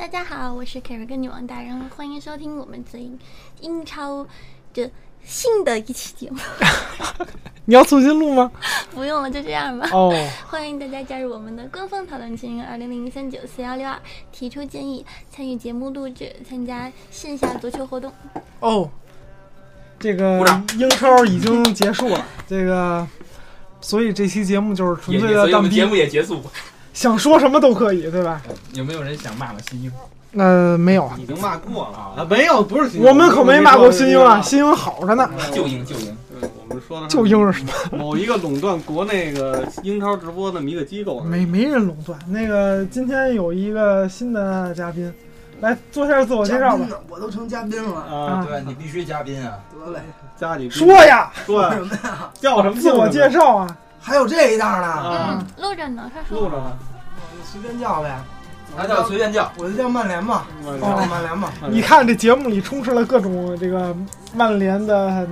大家好，我是凯瑞跟女王大人，欢迎收听我们最英超的新的一期节目。 你要重新录吗？ 不用了，就这样吧。 哦， 欢迎大家加入我们的官方讨论群2003941162，提出建议，参与节目录制，参加线下足球活动。 哦，这个英超已经结束了，这个，所以这期节目就是纯粹的当逼。 节目也结束， 想说什么都可以，对吧？ 有没有人想骂新英？ 没有， 已经骂过了啊， 没有，不是新英， 我们可没骂过新英啊，新英好着呢。 旧英。 我们说的旧英是什么？ 某一个垄断国内个英超直播那么一个机构。 没人垄断。那个今天有一个新的嘉宾，来做下自我介绍吧。 我都成嘉宾了啊！ 对你必须嘉宾啊！ 得嘞， 家里说呀， 说什么呀？ 叫什么？ 自我介绍啊！ 还有这一档呢？ 录着呢，他说录着呢， 随便叫呗。 他叫随便叫， 我就叫曼联吧。曼联吧。 你看这节目里充斥了各种这个曼联的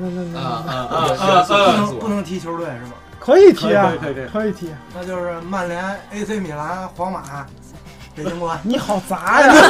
不能提球队是吧？ 可以提啊，可以提。 那就是曼联、AC 米兰、皇马、北京国安。 你好杂呀！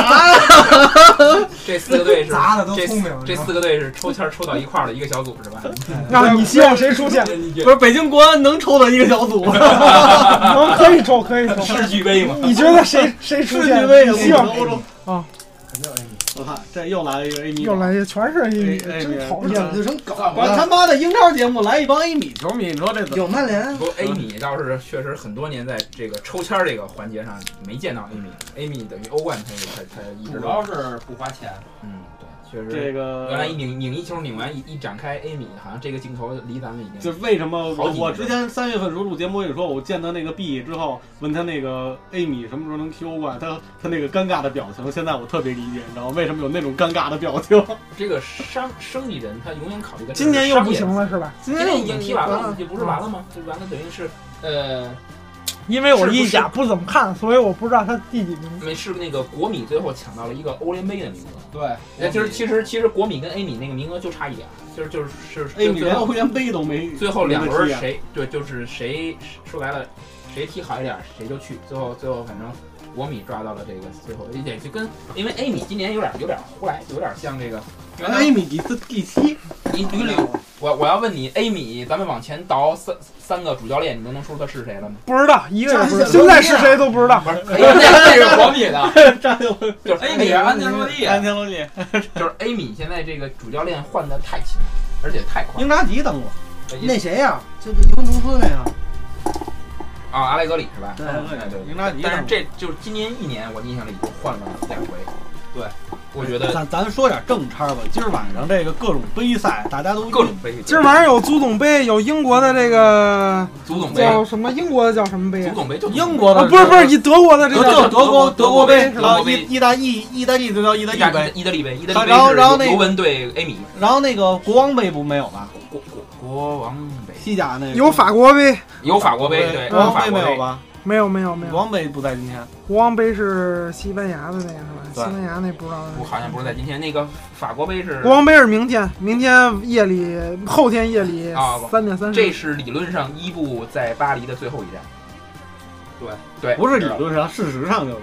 这四个队是杂的都聪明。 这四个队是抽签抽到一块儿的一个小组是吧？ 那你希望谁出现？ 不是北京国安能抽到一个小组？ 可以抽。 世俱杯嘛？ 你觉得谁出现？ 世俱杯希望啊？肯定 A 米。我看这又来了一个 A 米， 又来一个全是 A 米，真讨厌！ 就成搞了。他妈的英超节目来一帮 A 米球迷，你说这有曼联？ 不 A 米倒是确实很多年在这个抽签这个环节上没见到 A 米。A 米等于欧冠，他一直主要是不花钱。 对，确实这个原来拧一球拧完一展开 A 米，好像这个镜头离咱们已经就为什么我之前3月份时候录节目，我跟你说我见到那个 B 之后，问他那个 A 米什么时候能踢欧冠，他那个尴尬的表情，现在我特别理解，你知道吗？为什么有那种尴尬的表情？ 这个生意人他永远考虑的今年又不行了是吧？ 今年已经踢完了，这不是完了吗？这完了等于是因为我意甲不怎么看，所以我不知道他第几名。 没是那个国米最后抢到了一个欧联杯的名额。 对， 其实国米跟 A 米那个名额就差一点，就是 A 米连欧联杯都没。 最后2轮就是谁说白了，谁踢好一点谁就去。最后反正国米抓到了这个最后一点，就跟因为 A 米今年有点后来有点像这个。 A 米第7， 你我要问你 A 米，咱们往前倒三个主教练，你都能说他是谁了吗？ 不知道，一个也不知道，现在是谁都不知道。 不是，这是国米的，就是 A 米是安切洛蒂， 就是 A 米现在这个主教练换的太勤，而且太快。 英扎吉当过， 那谁呀？就是尤文图斯那个。 阿莱格里是吧？ 对， 英扎吉。 但是这就是今年1年，我印象里就换了2回。对，我觉得咱说点正差吧。今儿晚上这个各种杯赛，大家都各种杯。 今儿晚上有足总杯，有英国的这个足总杯， 叫什么？英国的叫什么杯？ 足总杯就英国的， 不是以德国的这个德国杯， 然后意大利就叫意大利杯， 意大利杯。 然后那尤文对 A 米， 然后那个国王杯不没有吧？ 国王杯， 西甲那个有法国杯， 有法国杯，对， 国王杯没有吧？ 没有。 国王杯不在今天， 国王杯是西班牙的那个是吧？西班牙那不知道。 好像不是在今天，那个法国杯是。 国王杯是明天夜里，后天夜里3点30。 这是理论上伊布在巴黎的最后一站。对， 不是理论上，事实上就是。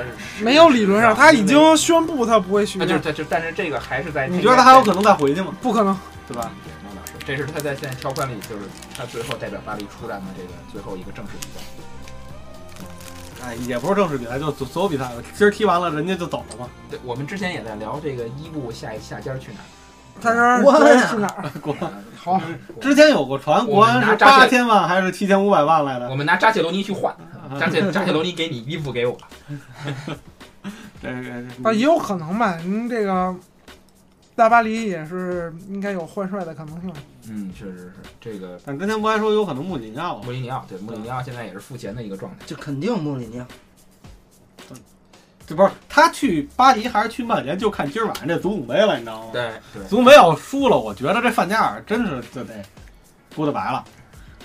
没有理论上，他已经宣布他不会续约。 但是这个还是在。 你觉得他还有可能再回去吗？ 不可能， 对吧？ 这是他在现在条款里，就是他最后代表巴黎出战的这个最后一个正式比赛。 也不是正式比赛，就所有比赛了。今儿踢完了，人家就走了嘛。 对，我们之前也在聊这个伊布下家去哪儿。 他说国安去哪儿？ 国安好。 之前有过传，国安是8000万还是7500万来的？ 我们拿扎切罗尼去换，扎切罗尼给你，伊布给我。 也有可能吧。这个大巴黎也是应该有换帅的可能性。 确实是这个。 但之前不还说有可能穆里尼奥？ 穆里尼奥对，穆里尼奥现在也是付钱的一个状态。 这肯定穆里尼奥。 这不是他去巴黎还是去曼联，就看今儿晚上这足总杯了，你知道吗？ 对， 足总杯要输了，我觉得这范加尔真是就得不得白了。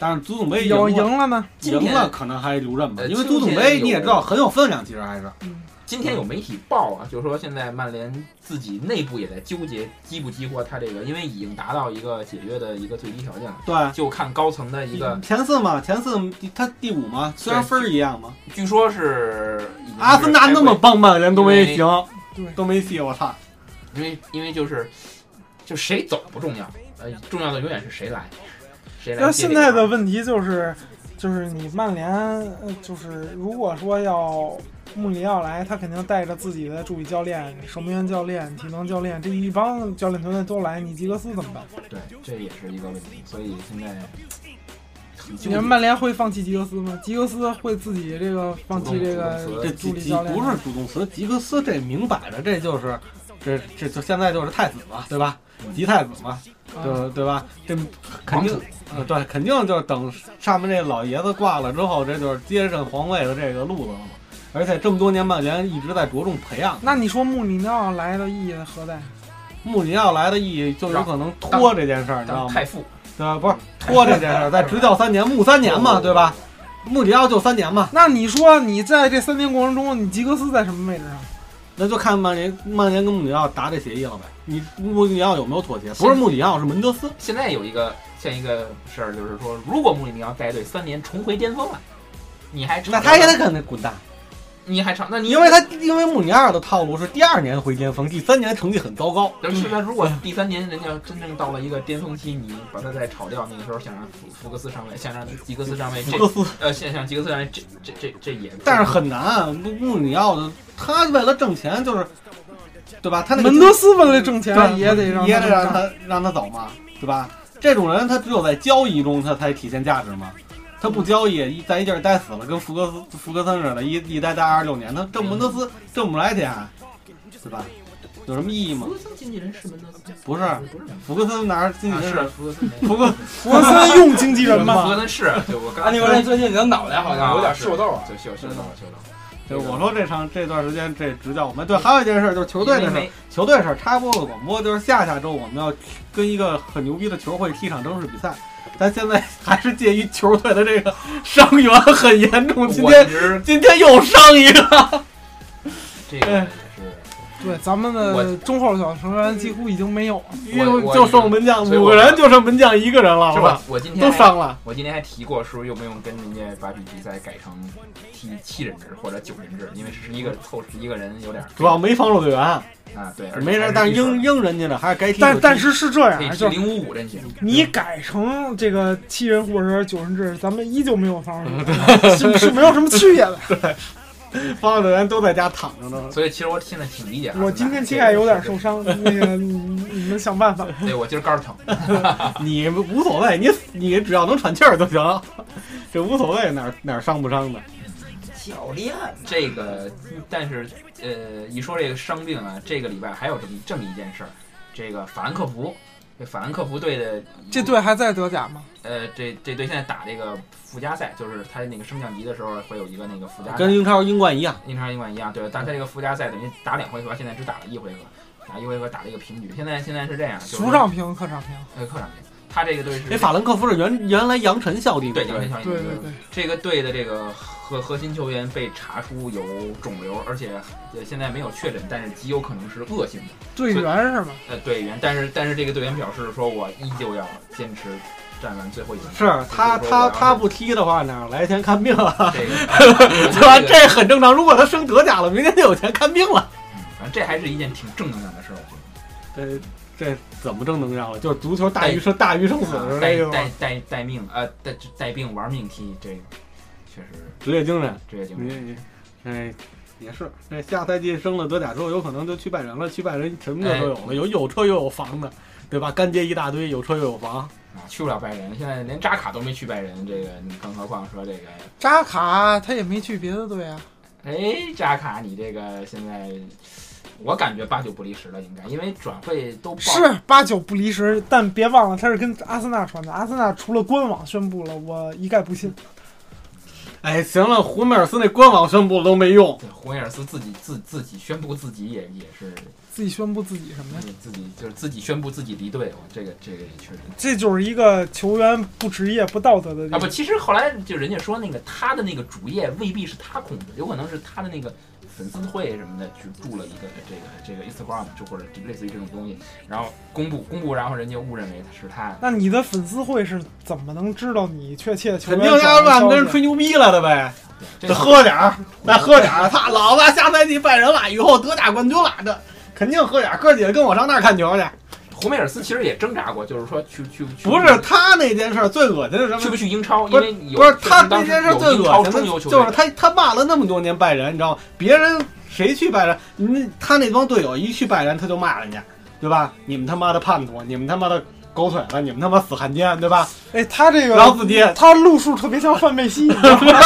但是足总杯赢了呢， 赢了可能还留任吧，因为足总杯你也知道很有分量，其实还是。 今天有媒体报啊，就是说现在曼联自己内部也在纠结激不激活他这个，因为已经达到一个解约的一个最低条件了。 对， 就看高层的一个前四他第5嘛，虽然分一样嘛。 据说是阿森纳那么棒，曼联都没行，都没戏，我操！ 因为就谁走不重要，重要的永远是谁来。 那现在的问题就是你曼联就是如果说要穆里尼奥来，他肯定带着自己的助理教练、守门员教练、体能教练，这一帮教练团队都来，你吉格斯怎么办？ 对，这也是一个问题。所以现在你看曼联会放弃吉格斯吗？吉格斯会自己这个放弃这个助理教练？ 不是主动辞，吉格斯这明摆着这就是这就现在就是太子嘛，对吧？吉太子嘛，对吧？这肯定对，肯定就是等上面这老爷子挂了之后，这就是接上皇位的这个路子了嘛。而且这么多年曼联一直在着重培养。 那你说穆里尼奥来的意义何在？ 穆里尼奥来的意义就有可能拖这件事儿，你知道吗？ 太傅， 对吧？不是拖这件事儿，再执教3年，穆3年嘛，对吧？穆里尼奥就3年嘛。 那你说你在这3年过程中，你吉格斯在什么位置上？ 那就看曼联跟穆里尼奥达这协议了呗。你穆里尼奥有没有妥协？不是穆里尼奥，是门德斯。 现在有一个事儿，就是说，如果穆里尼奥带队3年重回巅峰了，你还那他也得跟那滚蛋。 你还长？那你因为穆里尼奥的套路是第2年回巅峰，第3年成绩很糟糕。 但是如果第3年人家真正到了一个巅峰期，你把他再炒掉，那个时候想让福格斯上位，想让吉格斯上位，想吉格斯上位，这也。 但是很难，穆里尼奥的他为了挣钱就是，对吧？他那个门德斯为了挣钱也得让他走嘛，对吧？这种人他只有在交易中他才体现价值嘛。他不交易，在一地儿待死了，跟福格森似的，一待26年，他挣门德斯挣不来钱，对吧？有什么意义吗？ 福格森经纪人是门德斯？ 不是，福格森哪是经纪人？ 是福格森。 福格森用经纪人吗？ 福格森是。对，我刚。 安妮国人最近你的脑袋好像有点秀痘啊， 就秀痘。 对，我说这段时间这执教我们对，还有一件事就是球队的事，球队事插播个广播，就是下周我们要跟一个很牛逼的球会踢场正式比赛。但现在还是介于球队的这个伤员很严重，今天又伤一个， 这个是对咱们的中后小成员几乎已经没有了， 因为就剩门将5个人，就剩门将1个人了， 是吧？我今天都伤了。 我今天还提过，是不是用不用跟人家把比赛改成踢7人制或者9人制？因为11个凑11个人有点主要没防守队员。 啊，对， 没人，但是应人家的还是该踢。 但是这样， 就是055阵型。 你改成这个7人或者是9人制，咱们依旧没有防守，是没有什么区别的。 对，防守队员都在家躺着呢。 所以其实我现在挺理解。 我今天膝盖有点受伤，那个你们想办法。 对，我今儿肝疼。 你无所谓，你只要能喘气儿就行，这无所谓哪儿伤不伤的。 教练， 这个，但是一说这个伤病啊，这个礼拜还有这么一件事儿，这个法兰克福队的这队还在德甲吗？ 这队现在打这个附加赛，就是他那个升降级的时候会有一个那个附加赛， 跟英超英冠一样， 对，但他这个附加赛等于打2回合，现在只打了1回合，打1回合打了一个平局，现在是这样， 主场平，客场平， 客场平。他这个队是法兰克福是原来杨晨校弟， 对杨晨校弟， 对， 这个队的这个核心球员被查出有肿瘤，而且现在没有确诊，但是极有可能是恶性的。 队员是吗？ 队员，但是这个队员表示说，我依旧要坚持站完最后一轮。 是他不踢的话，哪来钱看病啊？ 这个对吧？这很正常。如果他升德甲了，明天就有钱看病了。 反正这还是一件挺正能量的事儿，我觉得。 这怎么正能量了？就是足球大于生死是这个吗？ 带命带病玩命踢，这个确实职业精神。也是。这下赛季升了德甲之后，有可能就去拜仁了。去拜仁什么的都有了，有车又有房的，对吧？干爹一大堆，有车又有房。 啊，去不了拜仁，现在连扎卡都没去拜仁，这个你更何况说这个扎卡他也没去别的队啊。 扎卡你这个现在。我感觉8、9不离10了，应该，因为转会都是8、9不离10，但别忘了他是跟阿森纳传的，阿森纳除了官网宣布了，我一概不信。 哎，行了，胡梅尔斯那官网宣布都没用。 对，胡梅尔斯自己宣布自己也是自己宣布自己什么呀？ 自己宣布自己离队，这个也确实， 这就是一个球员不职业、不道德的地方。 不，其实后来就人家说那个他的那个主页未必是他控制，有可能是他的那个粉丝会什么的去注了一个这个 Instagram， 就或者类似于这种东西，然后公布，然后人家误认为是他。 那你的粉丝会是怎么能知道你确切的球员？ 肯定要让跟人吹牛逼了的呗。再喝点儿，他老子下赛季拜仁了，以后德甲冠军了，这肯定喝点儿。哥几个跟我上那儿看球去。 胡梅尔斯其实也挣扎过，就是说去不是他那件事最恶心的是什么？ 去不去英超？因为不是他那件事最恶心的，就是他骂了那么多年拜仁，你知道吗？别人谁去拜仁，他那帮队友一去拜仁他就骂人家，对吧？你们他妈的叛徒，你们他妈的狗腿子，你们他妈死汉奸，对吧？ 哎，他这个， 然后自己他路数特别像范佩西，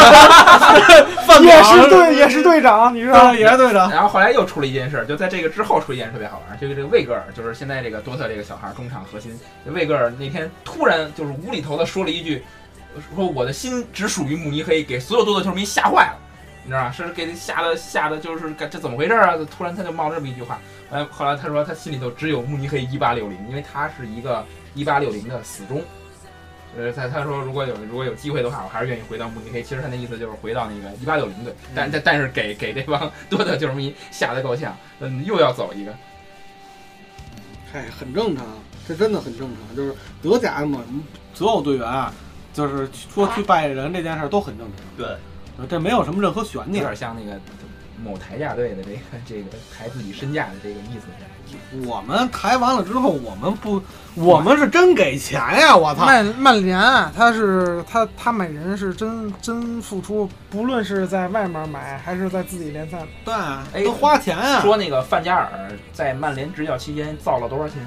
也是队长，你知道吗？ 也是队长。 然后后来又出了一件事，就在这个之后出一件事特别好玩，这个魏格尔，就是现在这个多特这个小孩中场核心，魏格尔那天突然就是无厘头的说了一句，说我的心只属于慕尼黑，给所有多特球迷吓坏了。你知道吧？是给吓得就是这怎么回事啊？突然他就冒这么一句话，后来他说他心里头只有慕尼黑1860，因为他是一个1860的死忠。他说如果有机会的话，我还是愿意回到慕尼黑。其实他那意思就是回到那个1860队，但是给这帮多特球迷吓得够呛，又要走一个。 嗨，很正常，这真的很正常。就是德甲嘛，所有队员啊，就是说去拜仁这件事都很正常。 对。 这没有什么任何悬念， 有点像那个某抬价队的这个抬自己身价的这个意思。 我们抬完了之后，我们是真给钱呀！我操， 曼联啊，他买人是真付出，不论是在外面买还是在自己联赛买， 对，都花钱啊。 说那个范加尔在曼联执教期间造了多少钱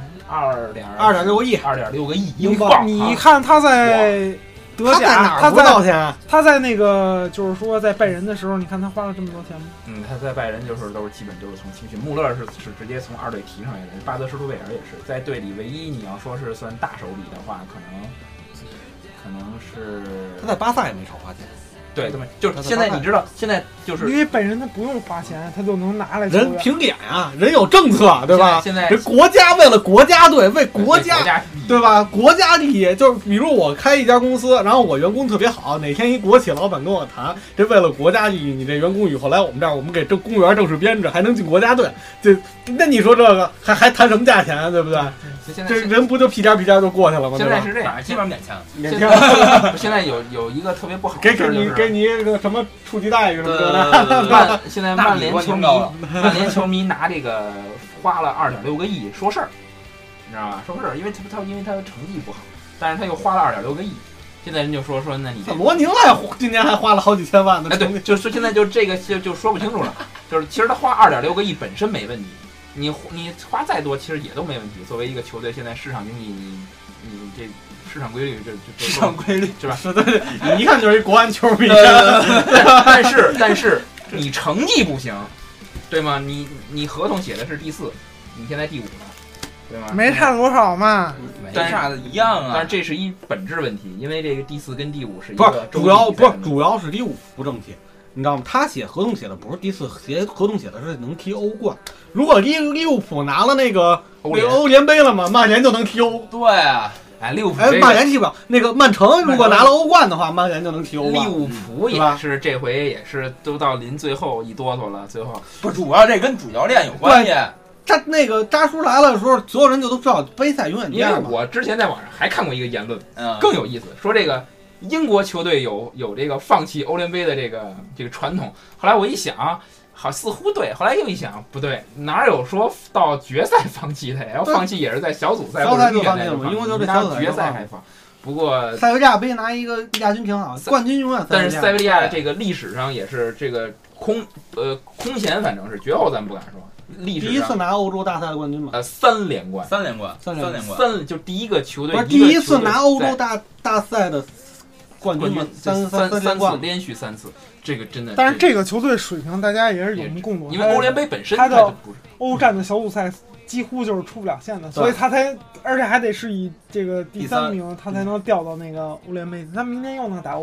？2.6个亿 ，2.6个亿英镑。 你看他在德甲， 他在哪儿钱？ 他在那个就是说在拜仁的时候，你看他花了这么多钱吗？ 他在拜仁都是基本都是从青训，穆勒是直接从2队提上来的，巴德施图贝尔也是在队里唯一你要说是算大手笔的话，可能是他在巴萨也没少花钱。 对，就是现在你知道，现在就是因为拜仁他不用花钱，他就能拿来。 人凭脸啊，人有政策，对吧？ 现在人国家为了国家队，为国家，对吧？国家利益就是，比如我开一家公司，然后我员工特别好，哪天一国企老板跟我谈，这为了国家利益，你这员工以后来我们这儿，我们给公务员正式编制，还能进国家队，那你说这个还谈什么价钱啊？对不对？这人不就屁颠就过去了吗？ 现在是这样， 基本上免签。现在有一个特别不好的事儿， 给你一个什么初级待遇什么的。 现在曼联球迷拿这个花了2.6个亿说事儿，你知道吧？说事儿，因为他的成绩不好，但是他又花了2.6个亿。现在人就说那你罗宁今年还花了好几千万呢。 哎，对，就是现在就这个就说不清楚了。就是其实他花2.6个亿本身没问题。你花再多，其实也都没问题。作为一个球队，现在市场经济，你这市场规律，这市场规律是吧？ 对，你一看就是一国安球迷。 但是你成绩不行，对吗？你合同写的是第4，你现在第5了，对吗？ 没差多少嘛， 没差的一样啊。 但是这是一本质问题，因为这个第4跟第5是一个主要是第5不正确。你知道吗？他写合同写的不是第4，写合同写的是能踢欧冠。如果利物浦拿了那个欧联杯了嘛，曼联就能踢欧。 对啊， 利物浦曼联踢不了。那个曼城如果拿了欧冠的话，曼联就能踢欧冠。 利物浦也是这回也是都到临最后一哆嗦了，最后不主要这跟主教练有关系。 那个扎叔来了的时候，所有人就都知道杯赛永远第二。 因为我之前在网上还看过一个言论，更有意思，说这个。英国球队有这个放弃欧联杯的这个传统，后来我一想，好似乎对，后来又一想不对，哪有说到决赛放弃的呀？要放弃也是在小组赛或者预选赛放弃， 英国球队拿决赛还放。不过塞维利亚杯拿一个亚军挺好，冠军永远。 但是塞维利亚这个历史上也是这个空前，反正是绝后咱不敢说。历史上第一次拿欧洲大赛的冠军嘛 ？3连冠，就第一个球队不是第一次拿欧洲大赛的。冠军 3次连续3次，这个真的。 但是这个球队水平大家也是有目共睹， 因为欧联杯本身它的欧战的小组赛几乎就是出不了线的，所以他而且还得是以这个第3名，他才能调到那个欧联杯。他明年又能打欧冠，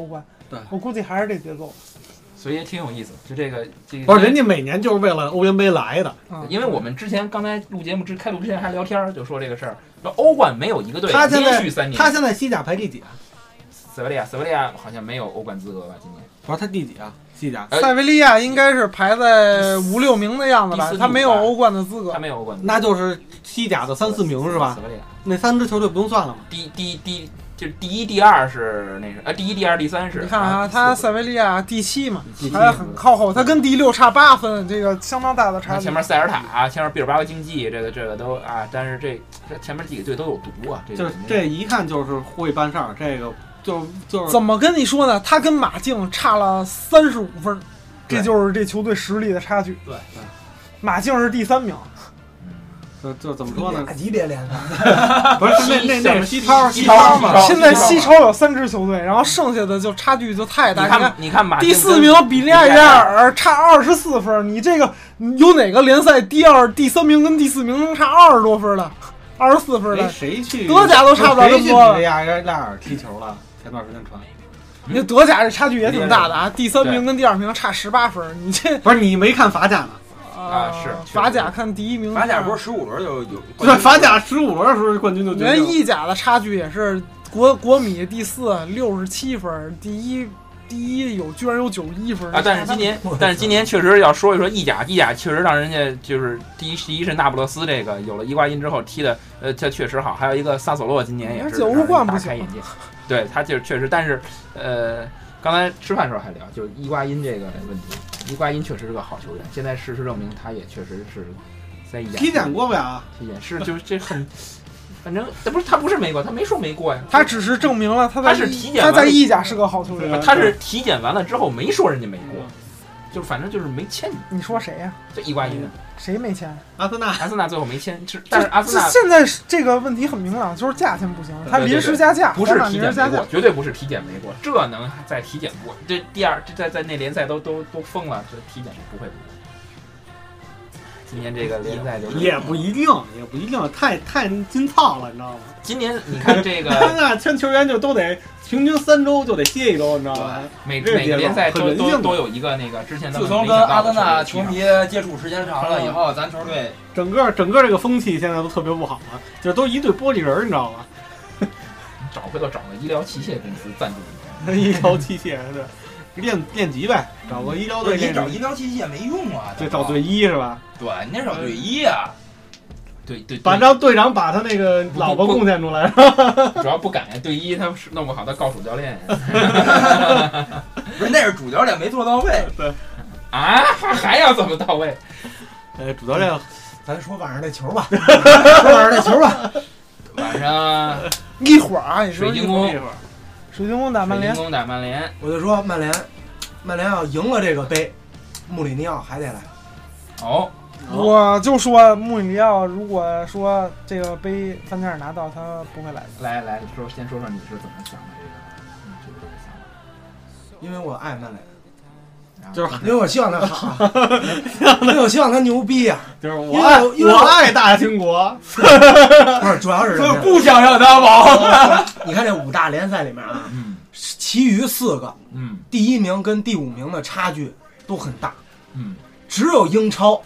对， 我估计还是这节奏。 所以也挺有意思。就这个， 不是人家每年就是为了欧联杯来的。 因为我们之前刚才录节目开录之前还聊天，就说这个事儿，说欧冠没有一个队连续3年。 他现在西甲排第几啊？ 塞维利亚好像没有欧冠资格吧？今年不是他第几啊？西甲？ 塞维利亚应该是排在5、6名的样子吧？他没有欧冠的资格。 他没有欧冠， 那就是西甲的3、4名是吧？ 塞维利亚那3支球队不用算了吗？ 就是第1、第2是那第1、第2、第3是。 你看啊，他塞维利亚第7嘛，还很靠后，他跟第6差8分，这个相当大的差距。 前面塞尔塔，前面毕尔巴鄂竞技，这个都啊，但是这前面几个队都有毒啊。 就是这一看就是会办事儿，这个就是怎么跟你说呢？他跟马竞差了35分，这就是这球队实力的差距。 对， 马竞是第3名。 就怎么说呢？ 哪级别联赛？ 不是那是西超嘛？ 现在西超有3支球队，然后剩下的就差距就太大。 你看马第4名比利亚约尔差24分，你这个有哪个联赛第2、第3名跟第4名能差20多分的？24分的？ 谁去？ 德甲都差不了这么多了。 比利亚约尔踢球了，前段时间传。 你德甲这差距也挺大的啊！第3名跟第2名差18分，你这不是你没看法甲呢？ 是法甲看第1名， 法甲不是15轮就有？ 对，法甲15轮的时候冠军就决定了。 人意甲的差距也是国米第4 67分，第一居然有91分啊！但是今年确实要说一说意甲确实让人家就是第一是那不勒斯这个有了伊瓜因之后踢的他确实好，还有一个萨索洛今年也是欧冠不大开眼界，对他就确实，但是刚才吃饭的时候还聊，就是伊瓜因这个问题，伊瓜因确实是个好球员，现在事实证明他也确实是在意甲体检过不呀？ 体检是就是这很。反正他不是没过，他没说没过呀， 他只是证明了他是体检， 他在意甲是个好球员， 他是体检完了之后没说人家没过，就是反正就是没签你。 你说谁呀？ 就伊瓜因， 谁没签？ 阿森纳最后没签，但是阿森纳现在这个问题很明朗，就是价钱不行，他临时加价， 不是体检没过，绝对不是体检没过，这能再体检过？这第二在那联赛都疯了，这体检不会不过。今年这个联赛就是也不一定，太金操了，你知道吗？ 今年你看这个， 那签球员就都得平均3周就得歇1周，你知道吗？ 每个联赛都有一个那个之前的。 自从跟阿森纳球迷接触时间长了以后，咱球队整个这个风气现在都特别不好了，就都一堆玻璃人，你知道吗？ 回头找个医疗器械公司赞助你，医疗器械对。练级呗，找个医疗队。 你找医疗器械没用啊， 对，找队医是吧？ 对，你得找队医啊。 对， 让队长把他那个老婆贡献出来。 主要不敢，队医他弄不好，他告主教练。 不是，那是主教练没做到位。 对。 啊，还要怎么到位？ 主教练， 咱说晚上这球吧。说晚上这球吧。 晚上一会儿啊，你说水晶宫。 水晶宫打曼联， 我就说曼联要赢了这个杯，穆里尼奥还得来。 哦， 我就说穆里尼奥如果说这个杯范加尔拿到，他不会来的。 来，先说说你是怎么想的这个想法？ 因为我爱曼联。 就是因为我希望他好，因为我希望他牛逼呀。 就是我爱大清国， 不是，主要是不想让他跑。 你看这5大联赛里面啊，其余4个，第1名跟第5名的差距都很大，只有英超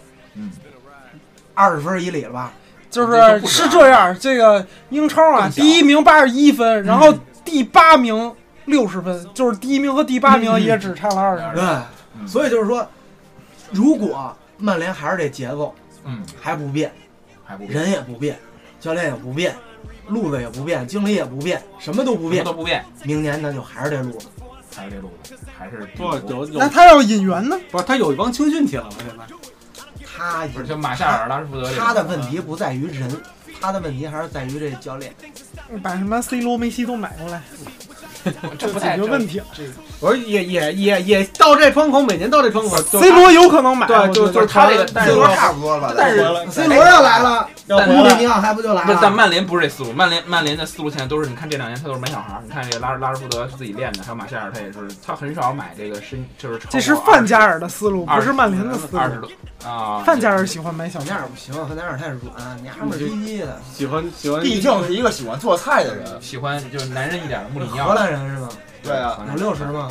，20分以里了吧？ 是这样，这个英超啊，第1名81分，然后第8名60分，就是第1名和第8名也只差了20分。 对。所以就是说，如果曼联还是这节奏，还不变，人也不变，教练也不变，路子也不变，经理也不变，什么都不变，明年那就还是这路子， 还是不那他要引援呢？ 不是，他有一帮青训去了吗？现在他不是就马夏尔、拉什福德， 他的问题不在于人，他的问题还是在于这教练， 把什么 C 罗、梅西都买过来。 这不解决问题。 我说也到这窗口，每年到这窗口 ，C 罗有可能买， 对，就是他这个 C 罗差不多了吧？ 但是 C 罗要来了，穆里尼奥还不就来了？ 但曼联不是这思路，曼联的思路现在都是，你看这2年他都是买小孩，你看这个拉什福德是自己练的，还有马夏尔他也是，他很少买这个就是这是范加尔的思路，不是曼联的思路。 20多啊， 范加尔喜欢买小加尔不行，范加尔太软，娘们儿逼的， 喜欢， 毕竟是一个喜欢做菜的人， 喜欢就是男人一点的穆里尼奥， 荷兰人是吗？ 对啊， 有60吗？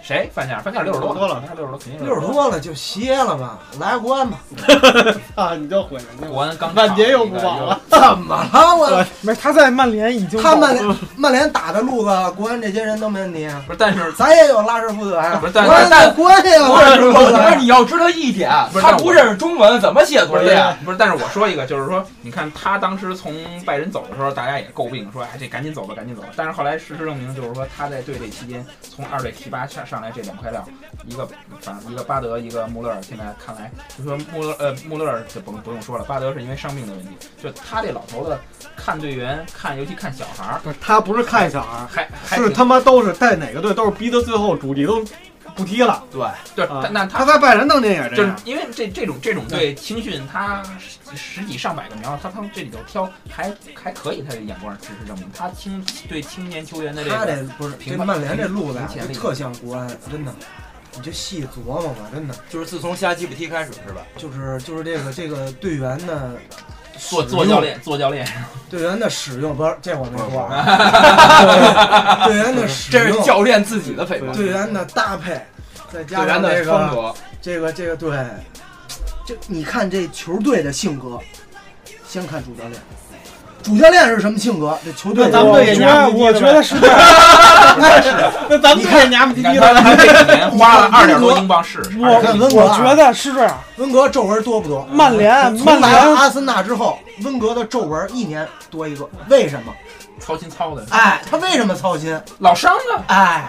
谁范加尔60多了，60多肯定 60多了就歇了吧，来国安吧。 啊，你就毁人家。 国安刚曼联又不保了， 怎么了？我没他在曼联已经他曼联打的路子，国安这些人都没问题。 不是，但是咱也有拉什福德呀， 不是，但国安也有拉什福德。 不是，你要知道一点，他不认识中文，怎么写作业？ 不是，但是我说一个，就是说，你看他当时从拜仁走的时候，大家也诟病说，哎，这赶紧走吧，赶紧走吧。但是后来事实证明，就是说他在队这期间，从2队提拔上来这2块料，一个巴德，一个穆勒尔。现在看来，就说穆勒尔就不用说了，巴德是因为伤病的问题。就他这老头子看队员，尤其看小孩儿， 不是他不是看小孩， 还是他妈都是在哪个队都是逼到最后主力都不踢了。 对，那他在拜仁当年也这样， 就是因为这种队青训，他十几上百个苗，他这里头挑还可以，他的眼光事实证明，他对青年球员的他这不是这曼联这路子呀， 特像国安，真的。你就细琢磨吧，真的就是自从下基普踢开始是吧？ 就是这个队员的做教练， 队员的使用不是这我没说啊，队员的使用这是教练自己的诽谤， 队员的搭配，再加上这个这个对，就你看这球队的性格，先看主教练。主教练是什么性格？这球队咱们队也我觉得是这样。 那咱们队也娘们唧唧的。 他这几年花了2点多英镑试试。 我觉得是这样。 温格皱纹多不多？ 曼联从来了阿森纳之后，温格的皱纹1年多一个，为什么？ 操心操的。 哎，他为什么操心？ 老伤啊。 哎，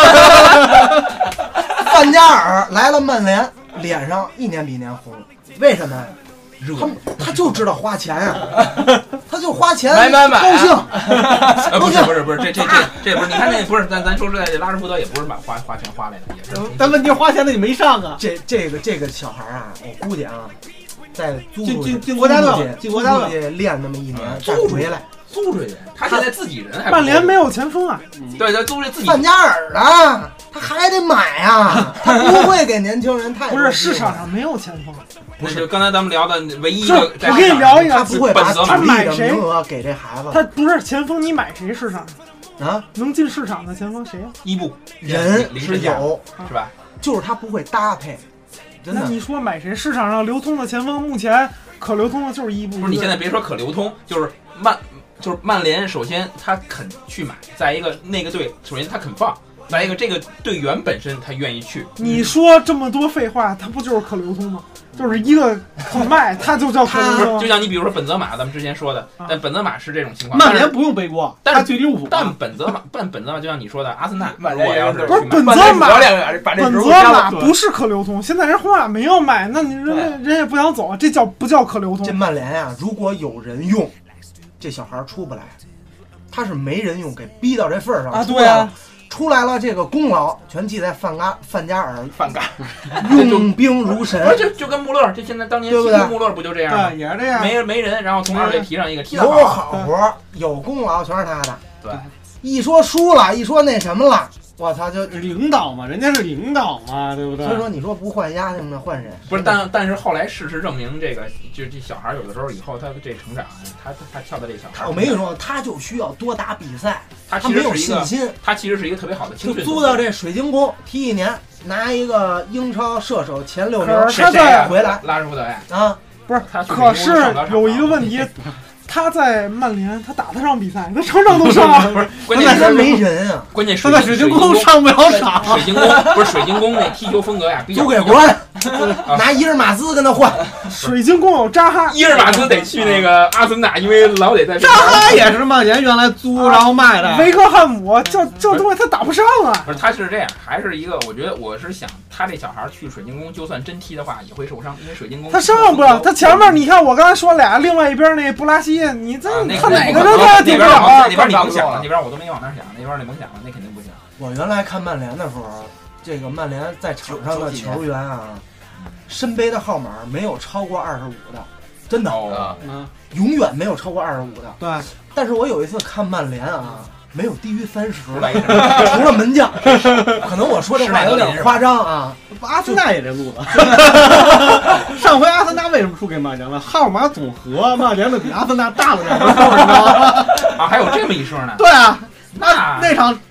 范加尔来了曼联，脸上1年比1年红，为什么呀？他就知道花钱呀，他就花钱买高兴。 不是，这不是，你看那不是，咱说实在，这拉什福德也不是花钱花来的，也是。 但问题花钱的你没上啊。 这个小孩啊，我估计啊，在进国家队练那么1年，再回来。 租出去，他现在自己人还曼联没有前锋啊， 对，他租这自己。 范加尔啊，他还得买啊，他不会给年轻人太不是市场上没有前锋， 不是刚才咱们聊的唯一一个。 我跟你聊一个， 他不会把他买谁名额给这孩子， 他不是前锋，你买谁市场上啊？ 能进市场的前锋谁呀？ 伊布人是有， 是吧？ 就是他不会搭配。 那你说买谁？市场上流通的前锋，目前可流通的就是伊布。 不是，你现在别说可流通，就是曼联，首先他肯去买，再一个那个队，首先他肯放，再一个这个队员本身他愿意去。 你说这么多废话，他不就是可流通吗？就是一个肯卖，他就叫可流通。 就像你比如说本泽马，咱们之前说的，但本泽马是这种情况。 曼联不用背锅， 但是去利物浦。 但本泽马就像你说的，阿森纳， 曼联要是不是本泽马不是可流通，现在人皇马没有卖，那你人也不想走，这不叫可流通？ 这曼联呀，如果有人用。这小孩出不来，他是没人用，给逼到这份儿上啊！对啊， 出来了，这个功劳全记在范加尔，用兵如神。 就跟穆勒，这现在当年穆勒不就这样吗？ 也是这样， 没人，然后从2队提上一个， 有好活，有功劳全是他的。 对， 一说输了，一说那什么了。我操，就领导嘛，人家是领导嘛，对不对？ 所以说，你说不换丫头们换谁？ 不是，但是后来事实证明，这小孩有的时候以后他这成长，他跳的这小孩， 我没跟你说，他就需要多打比赛， 他没有信心， 他其实是一个特别好的青训。 就租到这水晶宫踢1年，拿一个英超射手前6名， 他再回来拉什福德呀？ 啊， 不是，可是有一个问题。他在曼联，他打得上比赛，他场场都上啊！ 不是，关键是没人啊！ 关键他在水晶宫上不了场。 水晶宫不是水晶宫那踢球风格呀， 租给国安，拿伊尔马兹跟他换。 水晶宫有扎哈， 伊尔马兹得去那个阿森纳，因为老得在。 扎哈也是曼联原来租然后卖的。 维克汉姆这东西他打不上啊！ 不是，他是这样，还是一个，我觉得我是想，他这小孩去水晶宫，就算真踢的话，也会受伤，因为水晶宫他上不了，他前面你看我刚才说俩，另外一边那布拉西。你这他哪个人他顶不了啊？ 那边你甭想了，那边我都没往那想，那边你甭想了，那肯定不行。 我原来看曼联的时候，这个曼联在场上的球员啊，身背的号码没有超过25的，真的，永远没有超过25的。 对， 但是我有一次看曼联啊，没有低于30的，除了门将。可能我说这话有点夸张啊。 阿森纳也这路子。上回阿森纳为什么输给曼联了？号码总和曼联的比阿森纳大了2个数，你知道吗？ 啊，还有这么一说呢？ 对啊，那场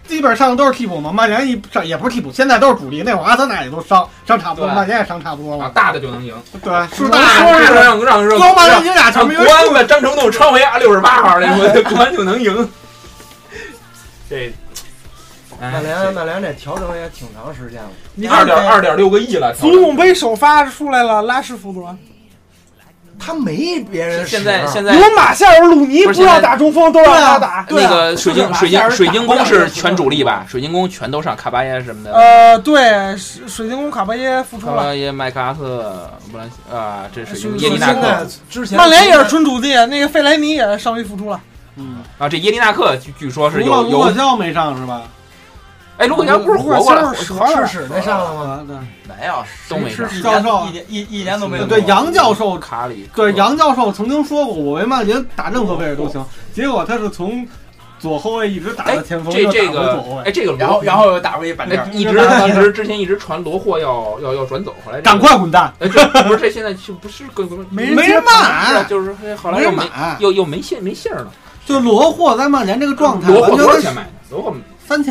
基本上都是替补嘛。曼联也不是替补，现在都是主力。那会儿阿森纳也都伤差不多，曼联也伤差不多了。 大的就能赢， 对，是大的说让光曼联赢俩球， 国安把张成栋穿回68号来说，国安就能赢。这。 曼联这调整也挺长时间了， 你看 2.6个亿了。 足总杯首发出来了，拉什福德， 他没别人现在有马夏尔、鲁尼，不要打中锋都让他打。 那个水晶宫是全主力吧？水晶宫全都上，卡巴耶什么的。 对，水晶宫卡巴耶复出了。 卡巴耶、麦克阿瑟、布兰这是耶利纳克。 之前曼联也是纯主力，那个费莱尼也伤愈复出了。 这耶利纳克据说是有卢克肖没上是吧？ 哎，卢克肖不是活过了？ 是那上了吗？ 没有， 都没上。 教授一年都没有。 对，杨教授卡里， 对杨教授曾经说过，我为曼联打任何位置都行。结果他是从左后卫一直打到前锋， 这个然后又打回板凳， 之前一直传罗霍要转走，后来赶快滚蛋！ 这不是这现在不是没人买， 就是后来又没信了。 就罗霍在曼联这个状态， 罗霍多少钱买的？罗霍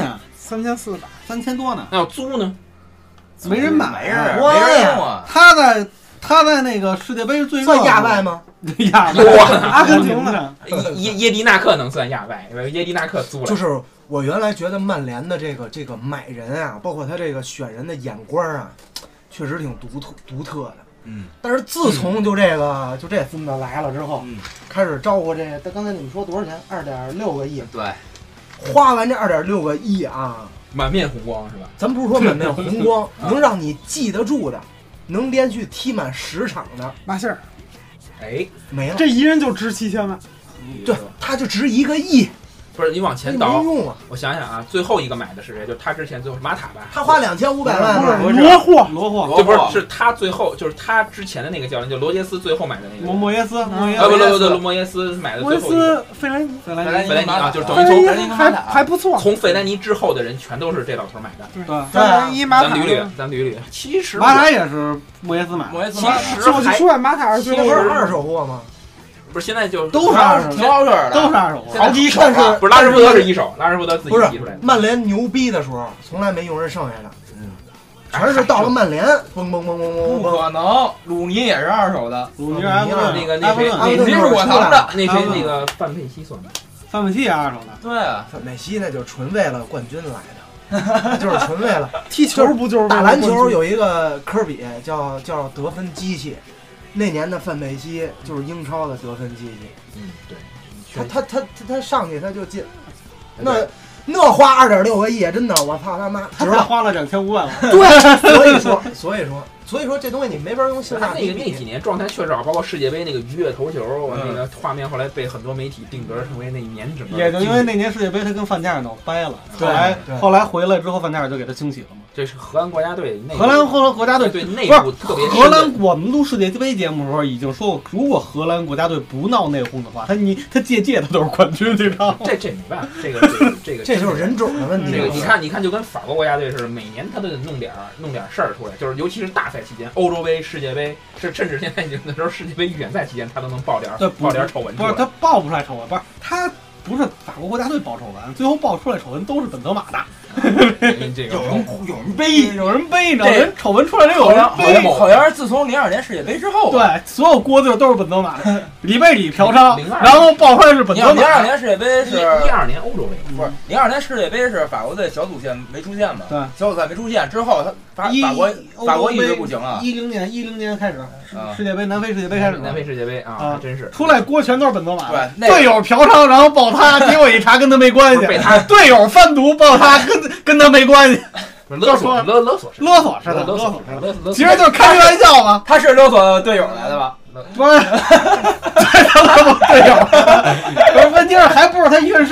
3400， 3000多呢。 那要租呢？ 没人买， 没人用啊。 他在那个世界杯最热， 算亚外吗？ 亚外， 阿根廷的耶迪纳克能算亚外，耶迪纳克租了。 就是我原来觉得曼联的这个买人啊，包括他这个选人的眼光啊，确实挺独特的。但是自从就这孙子来了之后，开始招呼这刚才你们说多少钱？2.6个亿。 对。 花完这2.6个亿啊， 满面红光是吧？ 咱不是说满面红光，能让你记得住的，能连续踢满10场的马歇尔， 没了。 这一人就值7000万， 对，他就值1个亿。 不是你往前倒， 没用啊！ 我想想啊，最后一个买的是谁？就他之前最后马塔吧， 他花2500万。 罗霍， 就不是他最后就是他之前的那个教练，就罗杰斯最后买的那个莫耶斯， 罗耶斯买的最后一个费莱尼啊，就是等于从还不错， 从费莱尼之后的人全都是这老头买的。 费莱尼、马塔， 咱捋捋，其实马塔也是莫耶斯买， 其实我就说马塔是最后 2手货吗？ 不是现在就都是2手， 挺好使的， 都是2手。 好几手啊！ 不是拉什福德是1手，拉什福德自己踢出来的。 曼联牛逼的时候，从来没用人剩下的，全是到了曼联，嘣嘣嘣嘣嘣。 不可能，鲁尼也是2手的， 鲁尼是那谁是我堂的？ 那谁那个范佩西算吗？ 范佩西也2手的。 对啊， 范佩西那就纯为了冠军来的，就是纯为了踢球，不就是打篮球有一个科比叫得分机器。那年的范佩西就是英超的得分机器， 对， 他上去他就进，那花2.6个亿，真的，我操他妈， 他花了2500万。 对，所以说这东西你没法用性价比。 那几年状态确实好，包括世界杯那个鱼跃头球，那个画面后来被很多媒体定格成为那一年整个。 也就因为那年世界杯他跟范加尔闹掰了，后来回来之后范加尔就给他清洗了嘛。 这是荷兰国家队， 荷兰国家队对内部特别。 荷兰我们录世界杯节目的时候已经说过，如果荷兰国家队不闹内讧的话，他届他都是冠军，这张。 这没办法，这个这就是人种的问题。 这个你看就跟法国国家队似的，每年他都得弄点事儿出来，就是尤其是大赛期间，欧洲杯、世界杯，甚至现在有的时候世界杯预选赛期间，他都能爆点丑闻出来。 不是他爆不出来丑闻，他不是法国国家队爆丑闻，最后爆出来丑闻都是本泽马的。 这个有人背，你知道人丑闻出来这有人背。 好像是自从02年世界杯之后， 对，所有锅子都是本泽马的，里贝里嫖娼，然后爆出来是本泽马。 02年世界杯是 12年欧洲杯， 不是02年世界杯是法国队小组赛没出现嘛？ 对， 小组赛没出现之后，法国一直不行了。 10年开始，世界杯南非世界杯开始， 南非世界杯啊，真是出来锅全都是本泽马。 对， 队友嫖娼然后爆他，结果一查跟他没关系，队友贩毒爆他跟他没关系。 勒索是的， 其实就是开玩笑嘛。 他是勒索队友来的吧？ 不是，他勒索队友。不是，问题是还不是他一个人，是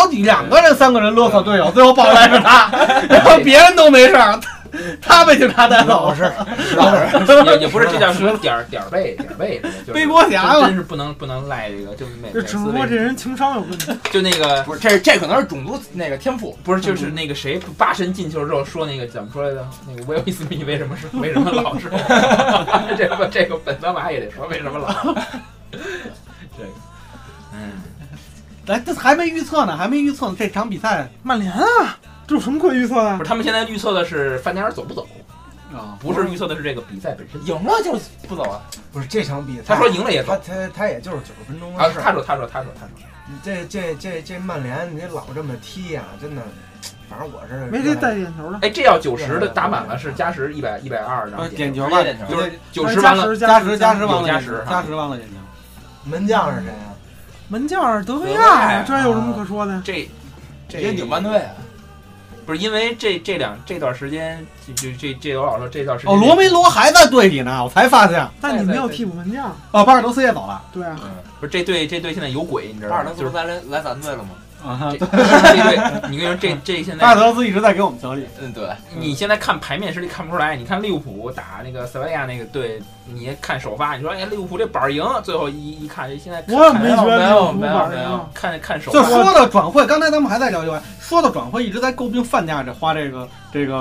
2个人、3个人勒索队友，最后爆出来是他，然后别人都没事儿。他被警察带走是， 也不是，这叫什么点背， 背锅侠真是不能赖这个，就这只不过这人情商有问题。 就那个不是，这可能是种族那个天赋， 不是，就是那个谁8神进球之后说那个怎么说来着？那个威尔斯密为什么老是这个本泽马也得说为什么老这个来，这还没预测呢，这场比赛曼联啊。 这有什么可预测的？ 不是，他们现在预测的是范加尔走不走啊， 不是预测的是这个比赛本身。 赢了就不走啊？ 不是这场比赛， 他说赢了也走， 他也就是90分钟啊。 的事。 他说， 这曼联你老这么踢呀，真的，反正我是没这带点球的。 哎，这要90的打满了是加时100、120 点球吧， 就是90完了， 加时忘了加时忘了点球。 门将是谁啊？ 门将是德维亚呀，这有什么可说的？ 这也领班队啊。 不是因为这段时间，这我老说这段时间哦，罗梅罗还在队里呢，我才发现。 但你没有替补门将啊，巴尔德斯也走了。 对啊， 不是这队现在有鬼，你知道吗？ 巴尔德斯来咱队了吗？ 啊， 这队，你跟你说这现在巴尔德斯一直在给我们效力。 对。 你现在看牌面实力看不出来，你看利物浦打那个塞维利亚那个队，你看首发，你说哎利物浦这板赢，最后一看这现在我也没觉得利物浦没有看首发。就说到转会，刚才咱们还在聊说到转会，一直在诟病范加尔花这个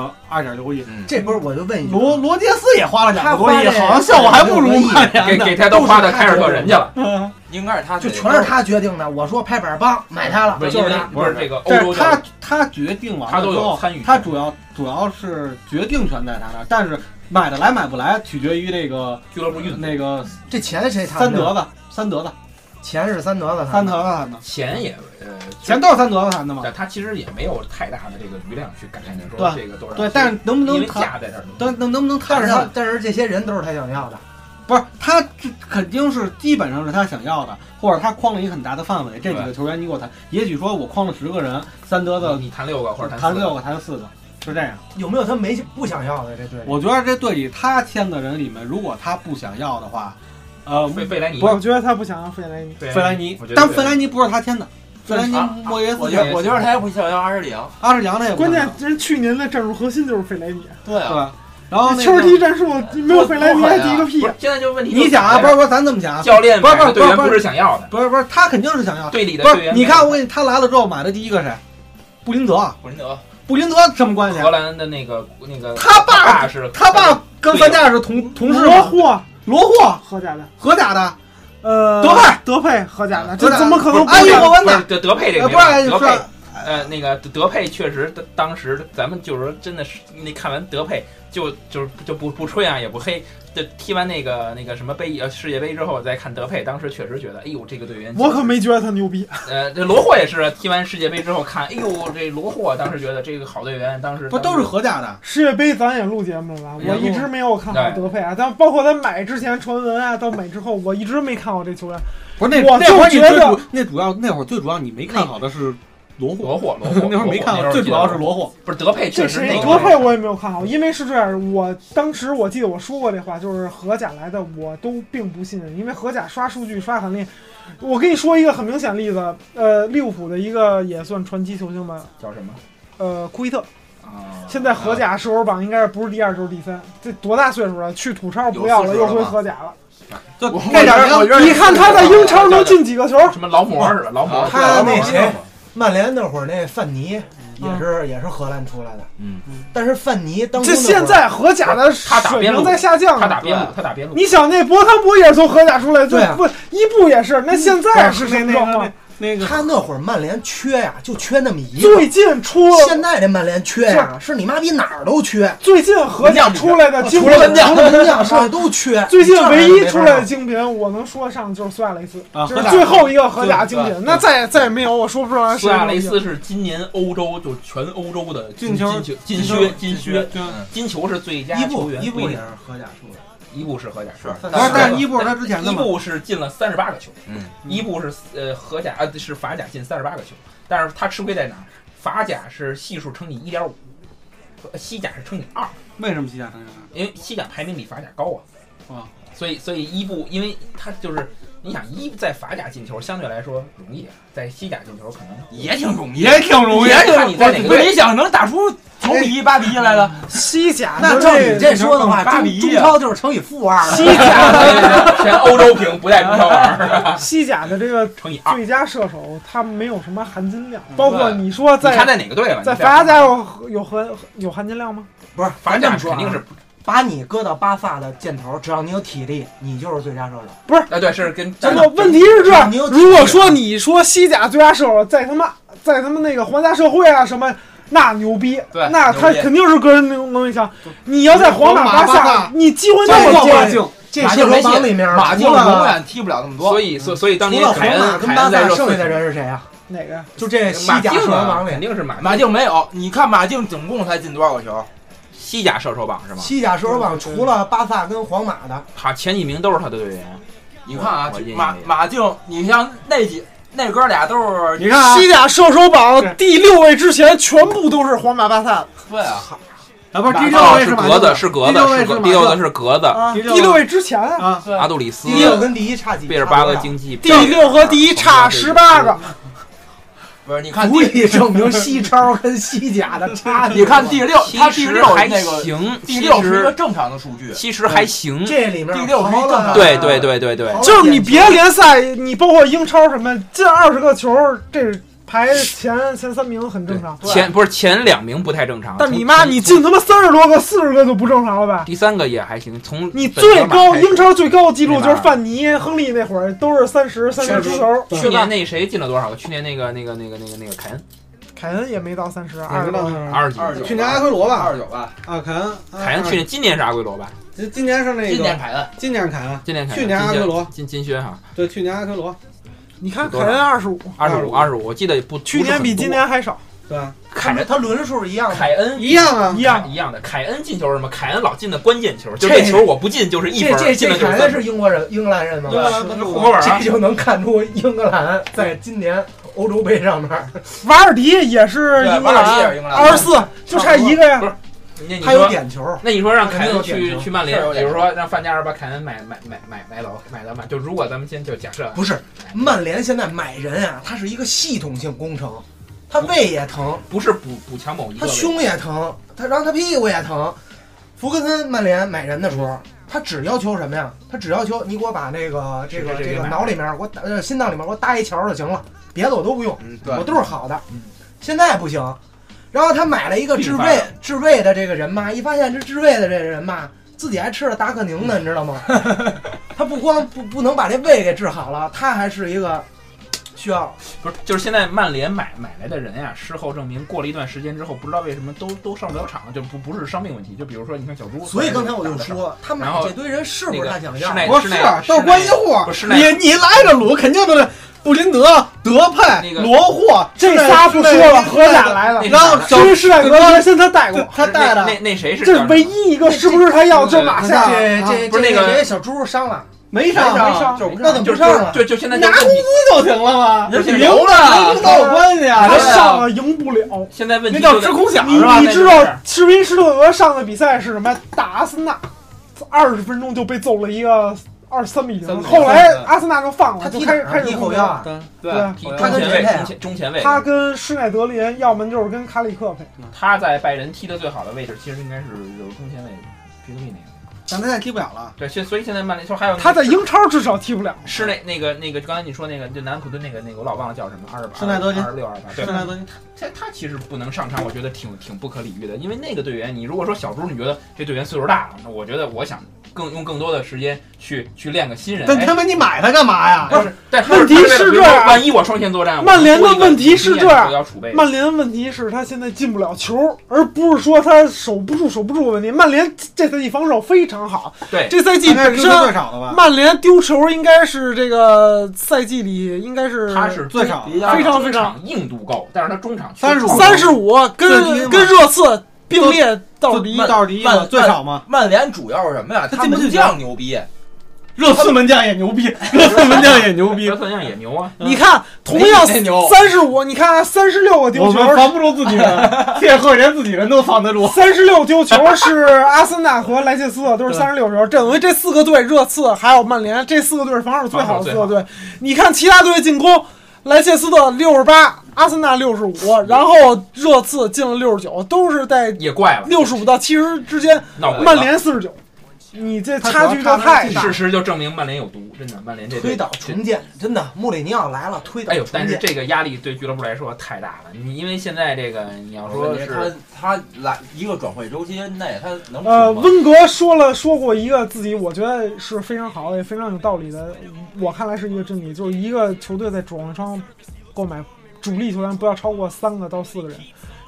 2.6亿。 这不是我就问一句， 罗杰斯也花了2多亿，好像效果还不如曼联给他都花到凯尔特人去了。 应该是他， 就全是他决定的。我说拍板帮买他了， 就是他，不是这个欧洲。 他决定完了之后， 他都有参与。 他主要是决定权在他那儿，但是买得来买不来取决于这个俱乐部运那个这钱谁谈的？三德子， 钱是三德子谈的， 钱也钱都是三德子谈的嘛。 但他其实也没有太大的这个余量去改变说这个多少。 对，但是能不能价在这儿？ 能不能谈上？ 但是这些人都是他想要的。 不是他，这肯定是基本上是他想要的，或者他框了一个很大的范围。这几个球员你给我谈，也许说我框了10个人，三德子你谈6个或者谈6个，谈4个，是这样。 有没有他不想要的这队？ 我觉得这队里他签的人里面，如果他不想要的话， 费莱尼， 我觉得他不想要费莱尼， 但费莱尼不是他签的。费兰尼莫耶斯， 我觉得他也不想要阿什里昂， 阿什里昂那也关键人去年的战术核心就是费莱尼。 对啊。 然后球踢战术没有费莱尼还踢个屁！ 现在就问题， 你想啊，不是咱这么想， 教练买的队员不是想要的， 不是他肯定是想要队里的队员。 你看我给你，他来了之后买的第一个谁？布林德什么关系？ 荷兰的那个他爸跟范加尔是同事吗？罗霍荷甲的， 德佩荷甲的，这怎么可能？ 哎呦我问的德佩这个不是德佩。那个德佩确实，当时咱们就是说，真的是那看完德佩就不吹啊，也不黑。踢完那个什么世界杯之后，再看德佩，当时确实觉得，哎呦，这个队员， 我可没觉得他牛逼。 这罗霍也是踢完世界杯之后看，哎呦，这罗霍当时觉得这个好队员，当时不都是荷甲的？ 世界杯咱也录节目了，我一直没有看好德佩啊。但包括他买之前传闻啊，到买之后，我一直没看好这球员。 不是我就觉得那会儿最主要你没看好的是。罗霍那会儿没看过，最主要是罗霍， 不是德佩，确实那个德佩我也没有看好，因为是这样，我当时我记得我说过这话，就是荷甲来的我都并不信任，因为荷甲刷数据刷很厉害。我跟你说一个很明显例子，利物浦的一个也算传奇球星吧， 叫什么？ 库伊特。现在荷甲射手榜应该是不是第2就是第3，这多大岁数了？去土超不要了，又回荷甲了。 就这点人， 你看他在英超能进几个球？ 什么劳模是吧？劳模， 他那谁？曼联那会儿那范尼也是荷兰出来的，但是范尼当这现在荷甲的水平在下降， 他打边路， 你想那博坎普也是从荷甲出来，对不？伊布也是，那现在是谁状况？ 他那会儿曼联缺呀，就缺那么一个。最近出了， 现在这曼联缺呀，是你妈逼哪儿都缺。 最近荷甲出来的精品， 门将上都缺。 最近唯一出来的精品，我能说上就是苏亚雷斯，这是最后一个荷甲精品。那再也没有，我说不出来。 苏亚雷斯是今年欧洲就全欧洲的金靴，金球是最佳球员。 伊布也是荷甲出的。 伊布是荷甲是， 但是伊布是他之前的伊布是进了38个球，伊布是荷甲是法甲进38个球，但是他吃亏在哪？法甲是系数乘以1.5，西甲是乘以2。 为什么西甲乘以2？ 因为西甲排名比法甲高啊，所以伊布，因为他就是你想伊布在法甲进球相对来说容易啊，在西甲进球可能也挺容易， 看你在哪个， 你想能打出9比1、8比1来了， 西甲那照你这说的话，中超就是乘以-2。 西甲全欧洲评不带中超玩。 西甲的这个乘以2 最佳射手，他没有什么含金量，包括你说你看在哪个队了？ 在法甲有含金量吗？ 不是， 法甲肯定是。 把你搁到巴萨的箭头，只要你有体力，你就是最佳射手。 不是， 对，是跟这个问题是这样。如果说你说西甲最佳射手在他们那个皇家社会啊什么， 那牛逼， 对， 那他肯定是个人能力强。你要在皇马、巴萨，你机会那么多， 这射手榜里面马竞永远踢不了那么多。 所以当年除了皇马跟巴萨，剩下的人是谁啊？ 哪个？ 就这西甲射手榜里肯定是马竞没有。你看马竞总共才进多少个球？ 西甲射手榜是吗？ 西甲射手榜除了巴萨跟皇马的， 他前几名都是他的队员。 你看啊，马竞，你像那哥俩都是， 你看西甲射手榜第6位之前全部都是皇马、巴萨。 对啊， 不是第6位是格子，是格子，第6位是格子， 第6位之前啊， 阿杜里斯， 第6跟第1差几？ 贝尔巴鄂竞技， 第6和第1差18个。 不是，你看， 足以证明西超跟西甲的差距。 你看第6，他第6 还那个行， 第6是一个正常的数据， 其实还行。 这里面第6是一正常。 对， 就是你别联赛，你包括英超什么进20个球，这排前3名很正常。 前2名不太正常。 但你妈，你进他妈30多个、40个就不正常了吧？ 第3个也还行。从你最高英超最高纪录就是范尼、亨利那会儿都是30出头。 去年那谁进了多少个？去年那个凯恩也没到30，29。 去年阿奎罗吧 ，29吧。 啊， 凯恩今年是阿圭罗吧？ 今年是那个。 今年凯恩。 今年凯恩。 去年阿奎罗金靴哈。 对，去年阿奎罗。 你看凯恩25， 我记得不。 去年比今年还少。 对吧？ 凯恩他轮数一样， 凯恩一样啊， 一样的。凯恩进球是什么？凯恩老进的关键球，就这球我不进就是1分。 这凯恩是英格兰人吗？ 对，户口本这就能看出英格兰在今年欧洲杯上面， 瓦尔迪也是英格兰，24就差1个呀。 他有点球。 那你说让凯恩去曼联，比如说让范加尔把凯恩买到曼，就如果咱们先就假设， 不是曼联现在买人啊，它是一个系统性工程。他胃也疼， 不是补强某一个， 他胸也疼，然后他屁股也疼。福格森曼联买人的时候，他只要求什么呀？他只要求你给我把这个脑里面，给我心脏里面给我搭一桥就行了，别的我都不用，我都是好的。现在不行，然后他买了一个治胃的这个人嘛，一发现这治胃的这个人嘛，自己还吃了达克宁呢，你知道吗？他不光不能把这胃给治好了，他还是一个。需要不是，就是现在曼联买来的人呀，事后证明过了一段时间之后，不知道为什么都上不了场，就不是伤病问题。就比如说，你看小猪， 所以刚才我就说，他买这堆人是不是他想要？ 不是，都是关系户。你来个鲁，肯定都是布林德、德佩、罗霍， 这仨不说了，荷甲来了。然后至于施耐德原先他带过， 他带的那谁是？ 这是唯一一个是不是他要？就马夏， 这不是那个小猪伤了。 没伤， 那怎么不上了？ 就现在拿工资就行了吗？ 赢了，跟他有关系啊！ 他上了赢不了。 现在问题那叫吃空饷是吧？ 你知道施维施特格上的比赛是什么？打阿森纳，20分钟就被揍了一个23-0。后来阿森纳就放了， 他就开始后腰， 对，他跟中前卫， 他跟施耐德林，要么就是跟卡里克配。 他在拜仁踢的最好的位置，其实应该是中前卫，皮克利那个。 但他现在踢不了了。 对，所以现在曼联就还有他在英超至少踢不了。 是那个，刚才你说那个，就南安普顿那个，我老忘了叫什么，26、 施耐德金 26、28。对， 施耐德金， 他其实不能上场，我觉得挺不可理喻的。因为那个队员，你如果说小猪，你觉得这队员岁数大了，那我觉得我想用更多的时间去练个新人。 但他们你买他干嘛呀？ 不是，但问题是这样， 万一我双线作战， 曼联的问题是这样，曼联的问题是他现在进不了球，而不是说他守不住的问题。曼联这赛季防守非常好， 对。 这赛季本身曼联丢球应该是这个赛季里应该是他是最少， 非常硬度够，但是他中场 35跟热刺并列道尔迪最少吗？ 曼联主要是什么呀？他门将牛逼。 热刺门将也牛逼，热刺门将也牛逼， 热刺门将也牛啊！ 你看，同样35，你看36个丢球， 我们防不住自己人，谢赫连自己人都防得住。 36丢球是阿森纳和莱切斯特，都是36球。等于这4个队，热刺还有曼联，这4个队是防守最好的4个队。你看其他队进攻，莱切斯特68，阿森纳65，然后热刺进了69，都是在也怪了 65到70之间，曼联49。你这差距就太大， 事实就证明曼联有毒，真的。曼联这推倒重建，真的，穆里尼奥来了，推倒重建。 但是这个压力对俱乐部来说太大了。你因为现在这个，你要说是他来一个转会周期内，他能温格说过一个自己，我觉得是非常好的，也非常有道理的。我看来是一个真理，就是一个球队在转会窗购买主力球员不要超过3个到4个人。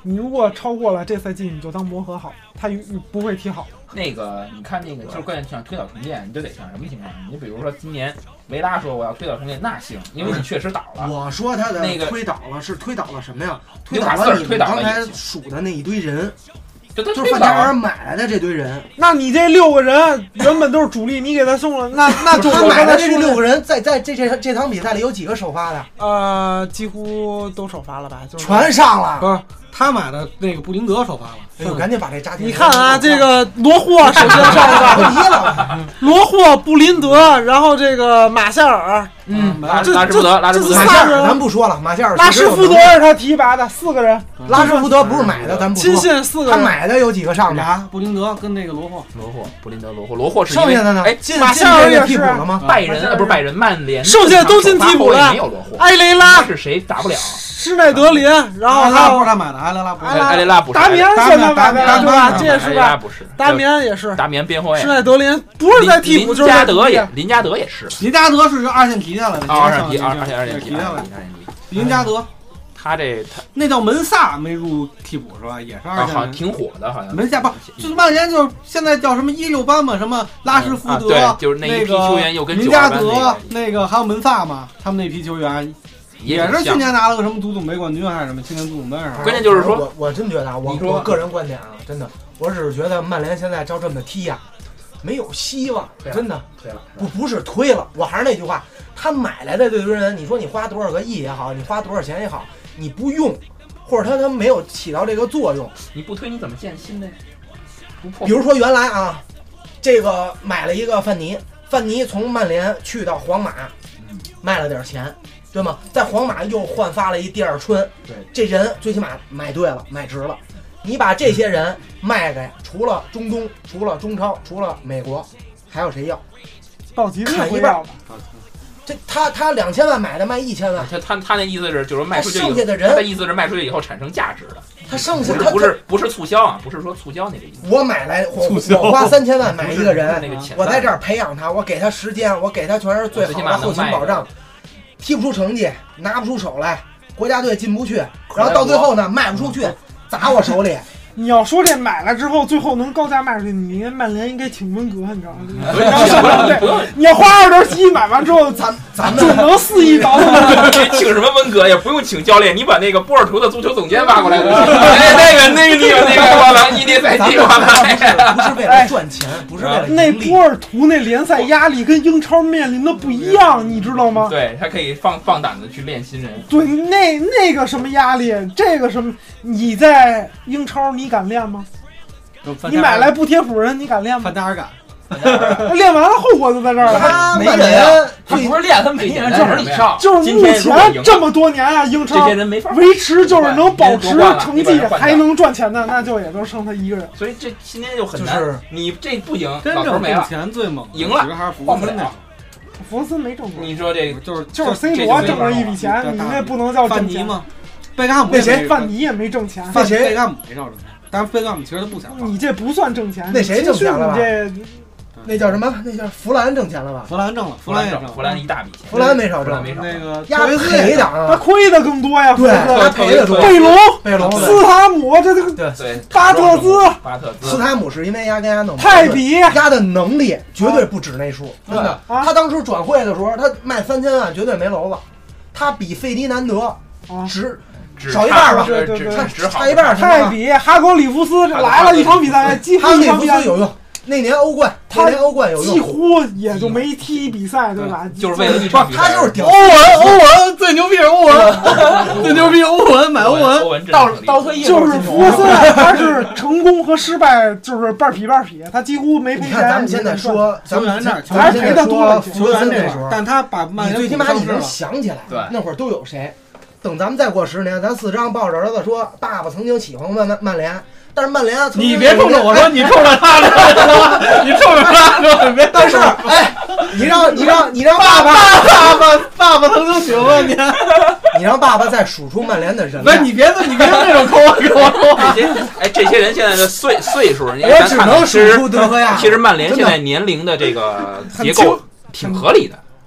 你如果超过了这赛季，你就当磨合好，他不会踢好。 那个你看那个就是关键像推倒重建，你就得像什么情况？你比如说今年维拉说我要推倒重建，那行，因为你确实倒了。 我说他的那个推倒了是推倒了什么呀？推倒了你们刚才数的那一堆人。就是范加尔买来的这堆人， 那你这6个人原本都是主力，你给他送了，那就他买的这6个人，在这场比赛里有几个首发的？ 几乎都首发了吧？就是全上了。 不是他买的那个布林德首发了。 哎呦，赶紧把这扎铁。 你看啊，这个罗霍首先上了，罗霍、布林德，然后这个马夏尔， 拉什福德， 马夏尔咱不说了，马夏尔拉什福德是他提拔的4个人， 拉什福德不是买的，咱不说。 亲信4个人， 他买的有几个上的？布林德跟那个罗霍， 布林德、罗霍是剩下的呢？ 哎， 马夏尔也是了吗？ 拜仁不是拜仁，曼联剩下都进替补了， 没有罗霍， 埃雷拉是谁打不了？ 施耐德林，然后还有他买的埃雷拉不是， 埃雷拉不是， 达米安现在买的对吧？这也是吧？ 不是， 达米安也是， 达米安边后卫， 施耐德林不是在替补，就是林加德也是， 林加德是二线提下来的， 二线提下来，林加德。 他那叫门萨没入替补是吧？也是二线， 好像挺火的，好像门萨不就是曼联就是现在叫什么16班嘛，什么拉什福德， 对，就是那一批球员又跟林加德那个还有门萨嘛，他们那批球员也是去年拿了个什么足总杯冠军还是什么青年足总杯。 关键就是说， 我真觉得啊，我个人观点啊，真的，我只是觉得曼联现在照这么踢呀，没有希望，真的。 推了， 不是推了，我还是那句话，他买来的这堆人，你说你花多少个亿也好，你花多少钱也好，你不用。或者他没有起到这个作用， 你不推你怎么建新的？ 比如说原来啊，这个买了一个范尼从曼联去到皇马，卖了点钱，对吗？在皇马又焕发了一第二春， 对， 这人最起码买对了，买值了。你把这些人卖给除了中东、除了中超、除了美国，还有谁要？ 道奇砍一半。这他2000万买的卖1000万， 他那意思是就是卖出去， 剩下的人， 他的意思是卖出去以后产生价值的。 他剩下不是促销啊，不是说促销那个意思。 我买来我花3000万买一个人，我在这儿培养他，我给他时间，我给他全是最好的后勤保障，踢不出成绩，拿不出手来，国家队进不去，然后到最后呢卖不出去，砸我手里。 你要说这买了之后，最后能高价卖出去，你曼联应该挺温格，你知道吗？你要花27亿买完之后，咱们总能4亿倒。 请什么温格也不用请教练，你把那个波尔图的足球总监挖过来。那个我来，你得再计划来。 不是为了赚钱，不是为了那波尔图那联赛压力跟英超面临的不一样，你知道吗？ 对他可以放胆的去练新人。 对，那个什么压力，这个什么，你在英超你敢练吗？你买来不贴谱人，你敢练吗？ 范加尔敢。 练完了后果就在这儿了。 他没人， 他不是练，他每年就是以上。 就是目前这么多年啊，英超这些人没法维持，就是能保持成绩还能赚钱的，那就也就剩他一个人。 所以这今年就很难。你这不赢， 真正挣钱最猛， 赢了还是福克森那。 福克森没挣过。 你说这个就是 C 罗挣了一笔钱，你那不能叫挣钱吗？贝克汉姆那谁？范尼也没挣钱。 那谁？ 贝克汉姆没挣钱。但是贝克汉姆其实他不想。 你这不算挣钱。 那谁挣钱了吧？那叫什么？那叫弗兰挣钱了吧？ 弗兰挣了，弗兰一大笔钱。 弗兰没少挣， 那个压赔的， 他亏的更多呀。 对，他赔的多。 贝隆、 斯塔姆，这个对， 巴特兹、 斯塔姆是因为压跟压弄， 泰比压的能力绝对不止那数，真的。他当初转会的时候，他卖3000万绝对没娄子，他比费迪南德少一半吧，差一半。 泰比、哈格里夫斯这来了一场比赛，几乎一场比赛有用。那年欧冠有用， 几乎也就没踢比赛，对吧？ 就是为了一场比赛。 他就是屌。 欧文最牛逼是欧文，最牛逼欧文买欧文， 倒退就是福克森，他是成功和失败就是半匹，他几乎没赔钱。 咱们现在说球员这儿， 还是赔的多。 球员那时候， 但他把曼联最起码你能想起来，那会儿都有谁？等咱们再过10年，咱4张抱着儿子说，爸爸曾经喜欢曼联。但是曼联啊， 你别冲着我说，你冲着他说，你冲着他说，别。 但是，哎，你让爸爸曾经喜欢你， 你让爸爸再数出曼联的人。 不是你别用那种口吻跟我说话。 这些人现在的岁数， 我只能数出德赫亚。 其实曼联现在年龄的这个结构挺合理的。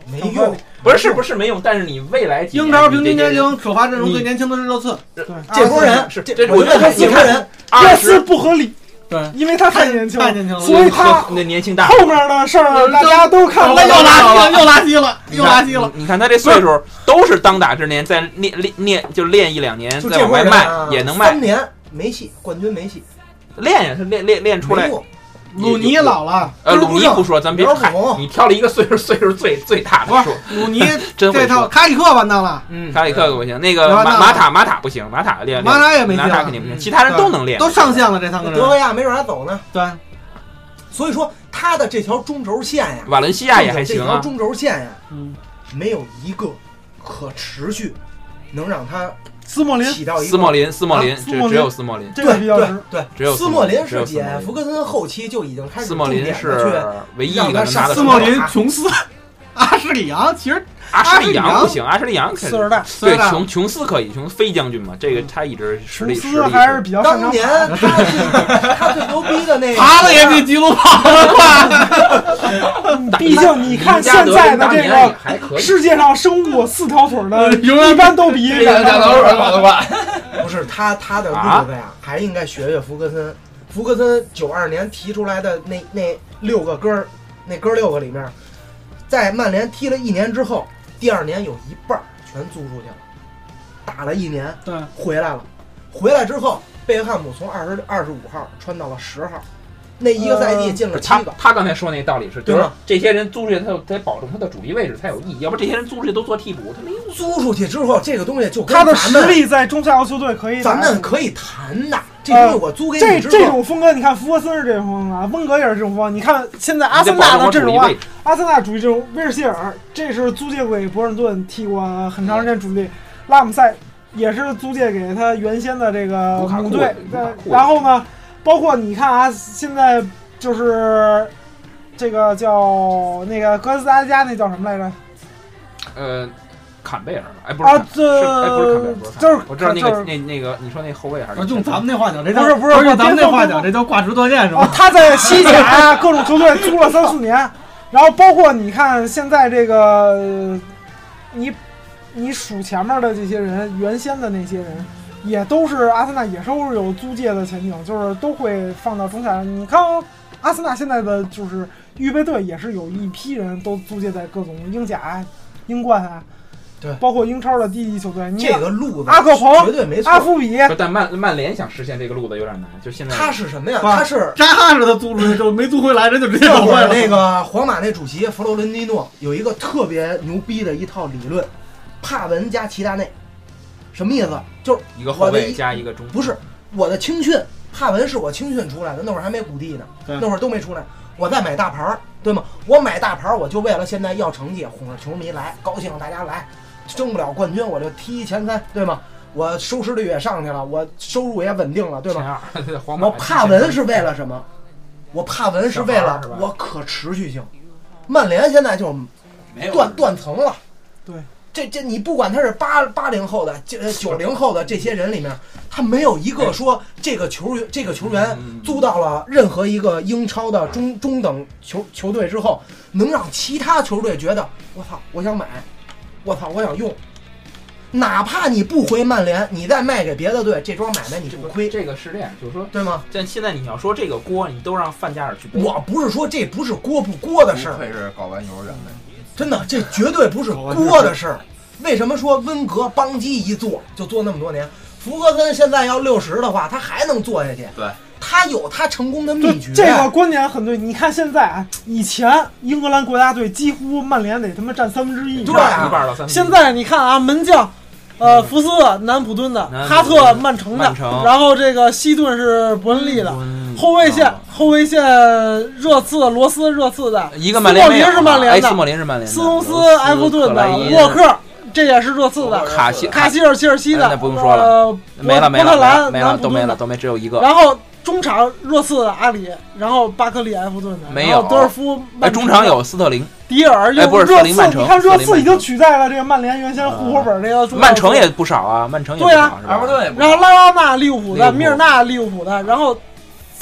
没用， 不是没用，但是你未来英超平均年龄首发阵容最年轻的是热刺， 这波人是我觉得这波人热刺不合理。 对， 因为他太年轻了， 所以他那年轻大。 后面的事儿大家都看了， 又拉稀了。 你看他这岁数都是当打之年，在练就是练1-2年，再往外卖也能卖。 3年没戏，冠军没戏。 练呀，他练出来。 鲁尼老了， 鲁尼不说，咱别看，你挑了一个岁数最大的说。 鲁尼真会说。 卡里克完蛋了， 卡里克不行，那个马塔不行，马塔练， 马塔也没行， 马塔肯定不行，其他人都能练， 都上线了这3个人。 德维亚没准还走呢， 对， 所以说他的这条中轴线呀， 瓦伦西亚也还行啊， 这条中轴线呀，没有一个可持续能让他。 斯莫林， 只有斯莫林， 对， 只有斯莫林是解福格森后期就已经开始斯莫林是唯一一个能拿的。 斯莫林、琼斯、阿什里扬，其实阿什里扬不行，阿什里扬 40代， 对，琼斯可以，琼斯飞将军嘛，这个他一直实力还是比较当年他最牛逼的那个， 爬的也比吉鲁跑得快。毕竟你看现在的这个世界上生物4条腿的，一般都比 2条腿跑得快。 不是他的路子呀，还应该学福格森。福格森92年提出来的那6个哥儿，那哥6个里面，在曼联踢了1年之后，第2年有一半全租出去了，打了1年， 对， 回来了。回来之后，贝克汉姆从25号穿到了10号，那一个赛季进了7个。 他刚才说那道理是，就是这些人租出去，他得保证他的主力位置才有意义，要不这些人租出去都做替补，他没用。 租出去之后，这个东西就跟他的实力在中下游球队可以， 咱们可以谈的。这东西我租给你之后， 这种风格，你看福格森是这种风格，温格也是这种风格。你看现在阿森纳的阵容啊，阿森纳主力阵容，威尔希尔这是租借给伯恩顿踢过很长时间主力，拉姆塞也是租借给他原先的这个母队。然后呢，包括你看啊，现在就是这个叫那个格斯达加那叫什么来着？ 坎贝尔，哎，不是坎贝尔， 就是我知道那个，你说那后卫还是用咱们那话讲，这不是用咱们那话讲，这叫挂职断线是吧？ 他在西甲各种球队租了3-4年，然后包括你看现在这个，你数前面的这些人，原先的那些人，也都是阿森纳也都是有租借的前景，就是都会放到中下。你看阿森纳现在的就是预备队也是有一批人都租借在各种英甲、英冠啊。 对， 包括英超的低级球队， 这个路子阿克彭绝对没错。 阿夫比， 但曼联想实现这个路子有点难，就现在他是什么呀？他是扎哈是他租出去就没租回来，人就直接走了。 那个皇马那主席弗洛伦蒂诺有一个特别牛逼的一套理论，帕文加齐达内，什么意思？就是一个后卫加一个中， 不是我的青训，帕文是我青训出来的，那会儿还没谷地呢，那会儿都没出来。我在买大牌，对吗？我买大牌，我就为了现在要成绩，哄着球迷来，高兴大家来。争不了冠军，我就踢前3，对吗？我收视率也上去了，我收入也稳定了，对吗？我帕文是为了什么？我帕文是为了我可持续性。曼联现在就断层了。 对， 这你不管他是80后的、90后的这些人里面，他没有一个说这个球员租到了任何一个英超的中等球队之后，能让其他球队觉得我操，我想买。我操！我想用，哪怕你不回曼联，你再卖给别的队，这桩买卖你不亏。 这个是这样，就是说， 对吗？ 但现在你要说这个锅，你都让范加尔去背。 我不是说这不是锅不锅的事儿， 不愧是搞完幼儿园的， 真的，这绝对不是锅的事儿。为什么说温格邦基一做就做那么多年？福格森现在要60的话，他还能做下去。 对。 他有他成功的秘诀， 这个观点很对。你看现在啊，以前英格兰国家队几乎曼联得他妈占1/3， 对啊， 现在你看啊，门将，福斯南普敦的，哈特曼城的，然后这个西顿是伯恩利的，后卫线热刺罗斯热刺的， 一个曼联是曼联的， 斯莫林是曼联的， 斯通斯埃弗顿的，沃克。这也是热刺的，卡希尔切尔西的， 那不用说了，没了，都没了，只有一个。 然后中场热刺的阿里，然后巴克利埃弗顿的， 没有德尔夫。 中场有斯特林、 迪尔， 不是斯特林，曼城。 你看热刺已经取代了这个曼联原先户口本这个。 曼城也不少啊，曼城也不少， 对啊，然后拉纳利物浦的，米尔纳利物浦的，然后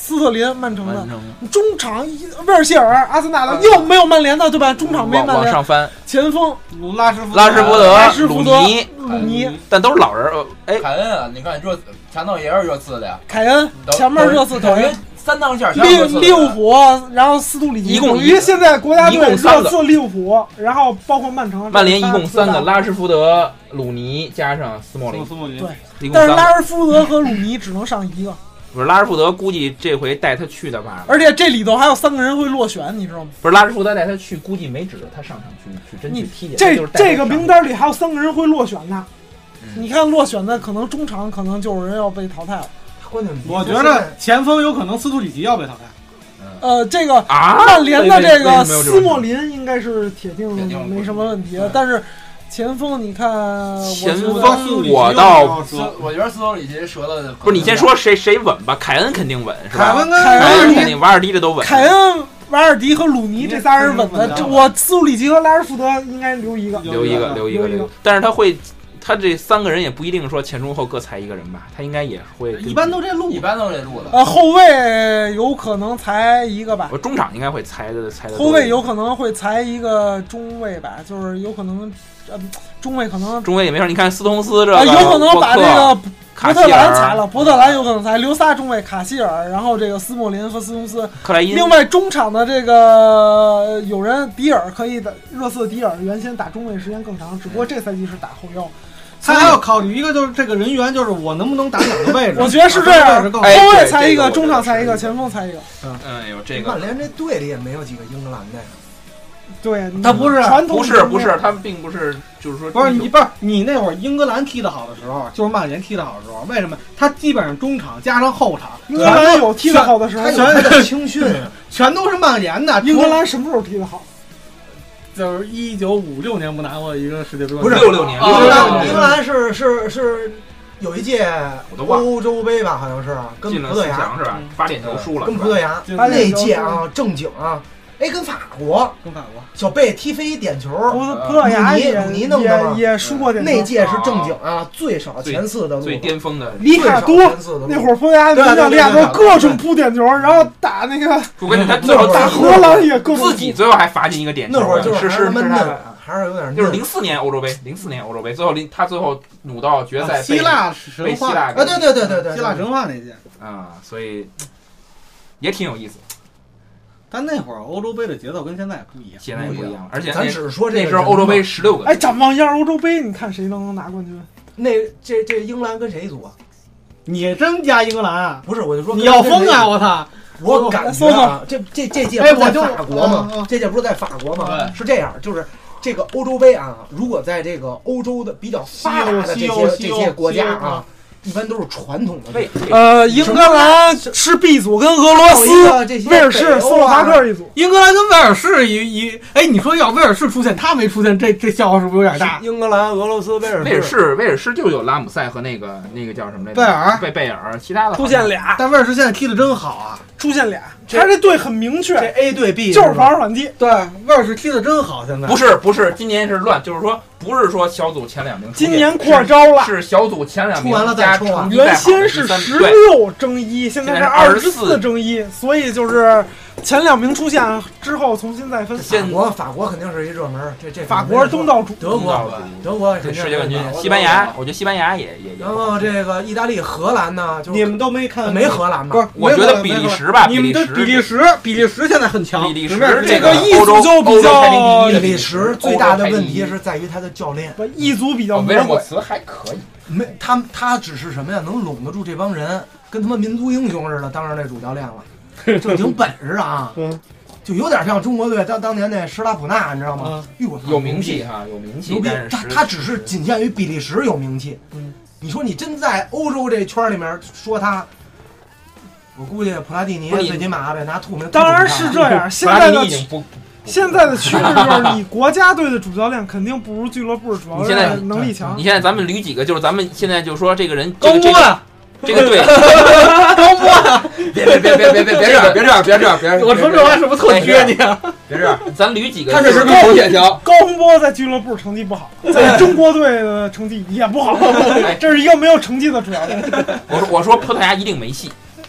斯特林曼城的中场威尔希尔阿森纳的又没有曼联的对吧？中场没曼联， 往上翻， 前锋拉什福德、 鲁尼， 但都是老人。哎， 凯恩啊，你看前头也是热刺的呀， 凯恩前面热刺， 等于3趟线， 利物浦，然后斯图里奇，等于现在国家队热刺、利物浦，然后包括曼城、 曼联一共3个，拉什福德、鲁尼加上斯莫林， 对，但是拉什福德和鲁尼只能上一个。 不是拉什福德，估计这回带他去的吧？ 而且这里头还有3个人会落选，你知道吗？ 不是拉什福德带他去，估计没指着他上场去真去踢去。这个名单里还有3个人会落选的，你看落选的可能中场可能就有人要被淘汰了。 我觉得前锋有可能斯图里奇要被淘汰。 这个曼联的这个斯莫林应该是铁定没什么问题，但是。前锋，你看， 前锋我觉得斯托里奇折的不是你先说谁稳吧？凯恩肯定稳，是吧？ 凯恩肯定，瓦尔迪这都稳。 凯恩、瓦尔迪和鲁尼这仨人稳的，我斯图里奇和拉什福德应该留一个。 但是他这3个人也不一定说前中后各裁一个人吧，他应该也会。 一般都这路的。 后卫有可能裁一个吧。 我中场应该会裁的。 后卫有可能会裁一个中卫吧，就是有可能。中卫可能中卫也没事，你看斯通斯这个， 有可能把这个伯特兰裁了，伯特兰有可能裁，留仨中卫卡希尔，然后这个斯莫林和斯通斯， 克莱因。 另外中场的这个有人迪尔可以的，热刺迪尔原先打中卫时间更长，只不过这赛季是打后腰。 他还要考虑一个，就是这个人员，就是我能不能打2个位置？ 我觉得是这样，后卫裁一个，中场裁一个，前锋裁一个。 有这个。 曼联这队里也没有几个英格兰的。 对， 他不是传统， 不是，他并不是，就是说， 不是你那会儿英格兰踢得好的时候，就是曼联踢得好的时候，为什么？他基本上中场加上后场， 英格兰有踢得好的时候， 全青训， 全都是曼联的。 英格兰什么时候踢得好？ 就是1956年不拿过一个世界杯， 不是66年， 英格兰是有一届欧洲杯吧，好像是跟葡萄牙是吧？8点球输了， 跟葡萄牙那届啊，正经啊。跟法国小贝踢飞一点球， 葡萄牙鲁尼弄的也输过点球。 那届是正经啊，最少前4的路， 最巅峰的。 里卡多那会儿葡萄牙名叫里卡多，各种扑点球，然后打那个。 我跟你他最后打荷兰也各种。 自己最后还罚进一个点球。 那会儿就是闷的，还是有点。 就是04年欧洲杯，他最后努到决赛希腊神话啊，对， 希腊神话那届啊，所以也挺有意思。 但那会儿欧洲杯的节奏跟现在不一样， 现在不一样，而且咱只是说那时候欧洲杯16个。 展望一下欧洲杯，你看谁能拿冠军？ 这英格兰跟谁一组啊？ 你真加英格兰啊？ 不是，我就说你要疯啊！我操！ 我感觉啊，这届不是在法国吗？这届不是在法国吗？是这样，就是这个欧洲杯啊，如果在这个欧洲的比较发达的这些国家啊。一般都是传统的，英格兰是 B 组，跟俄罗斯、威尔士、斯洛伐克一组。 英格兰跟威尔士你说要威尔士出现，他没出现，这笑话是不是有点大？ 英格兰、俄罗斯、威尔士就有拉姆塞和那个叫什么来着？贝尔，其他的出现俩。 但威尔士现在踢得真好啊， 出现俩。他这队很明确， 这 A 队 B 就是防守反击。 对，威尔士踢得真好，现在不是，今年是乱，就是说不是说小组前2名， 今年扩招了， 是小组前2名完了再出， 原先是16争1，现在是24争1，所以就是前2名出现之后重新再分。 法国肯定是一热门，这法国是东道主， 德国是世界冠军，西班牙，我觉得西班牙也。 然后这个意大利、荷兰呢，就你们都没看， 没荷兰吧？ 不是， 我觉得比利时吧， 你们的比利时现在很强。 比利时这个一组就比较， 比利时最大的问题是在于他的教练， 一组比较。 威尔莫茨还可以， 他只是什么呀？能拢得住这帮人，跟他妈民族英雄似的，当上那主教练了，正经本事啊！就有点像中国队当年那施拉普纳，你知道吗？ 有名气哈，有名气。 他只是仅限于比利时有名气。你说你真在欧洲这圈里面说他，我估计普拉蒂尼最起码得拿吐名。 当然是这样，现在的趋势就是你国家队的主教练肯定不如俱乐部主教练能力强。 你现在咱们捋几个，就是咱们现在就说这个人高波啊。 这个队， 高波啊！ 别这样！ 我说这话是不是特撅你啊？ 别这样， 咱捋几个。 他这是头铁条。 高洪波在俱乐部成绩不好，在中国队的成绩也不好。这是一个没有成绩的主教练。 我说葡萄牙一定没戏，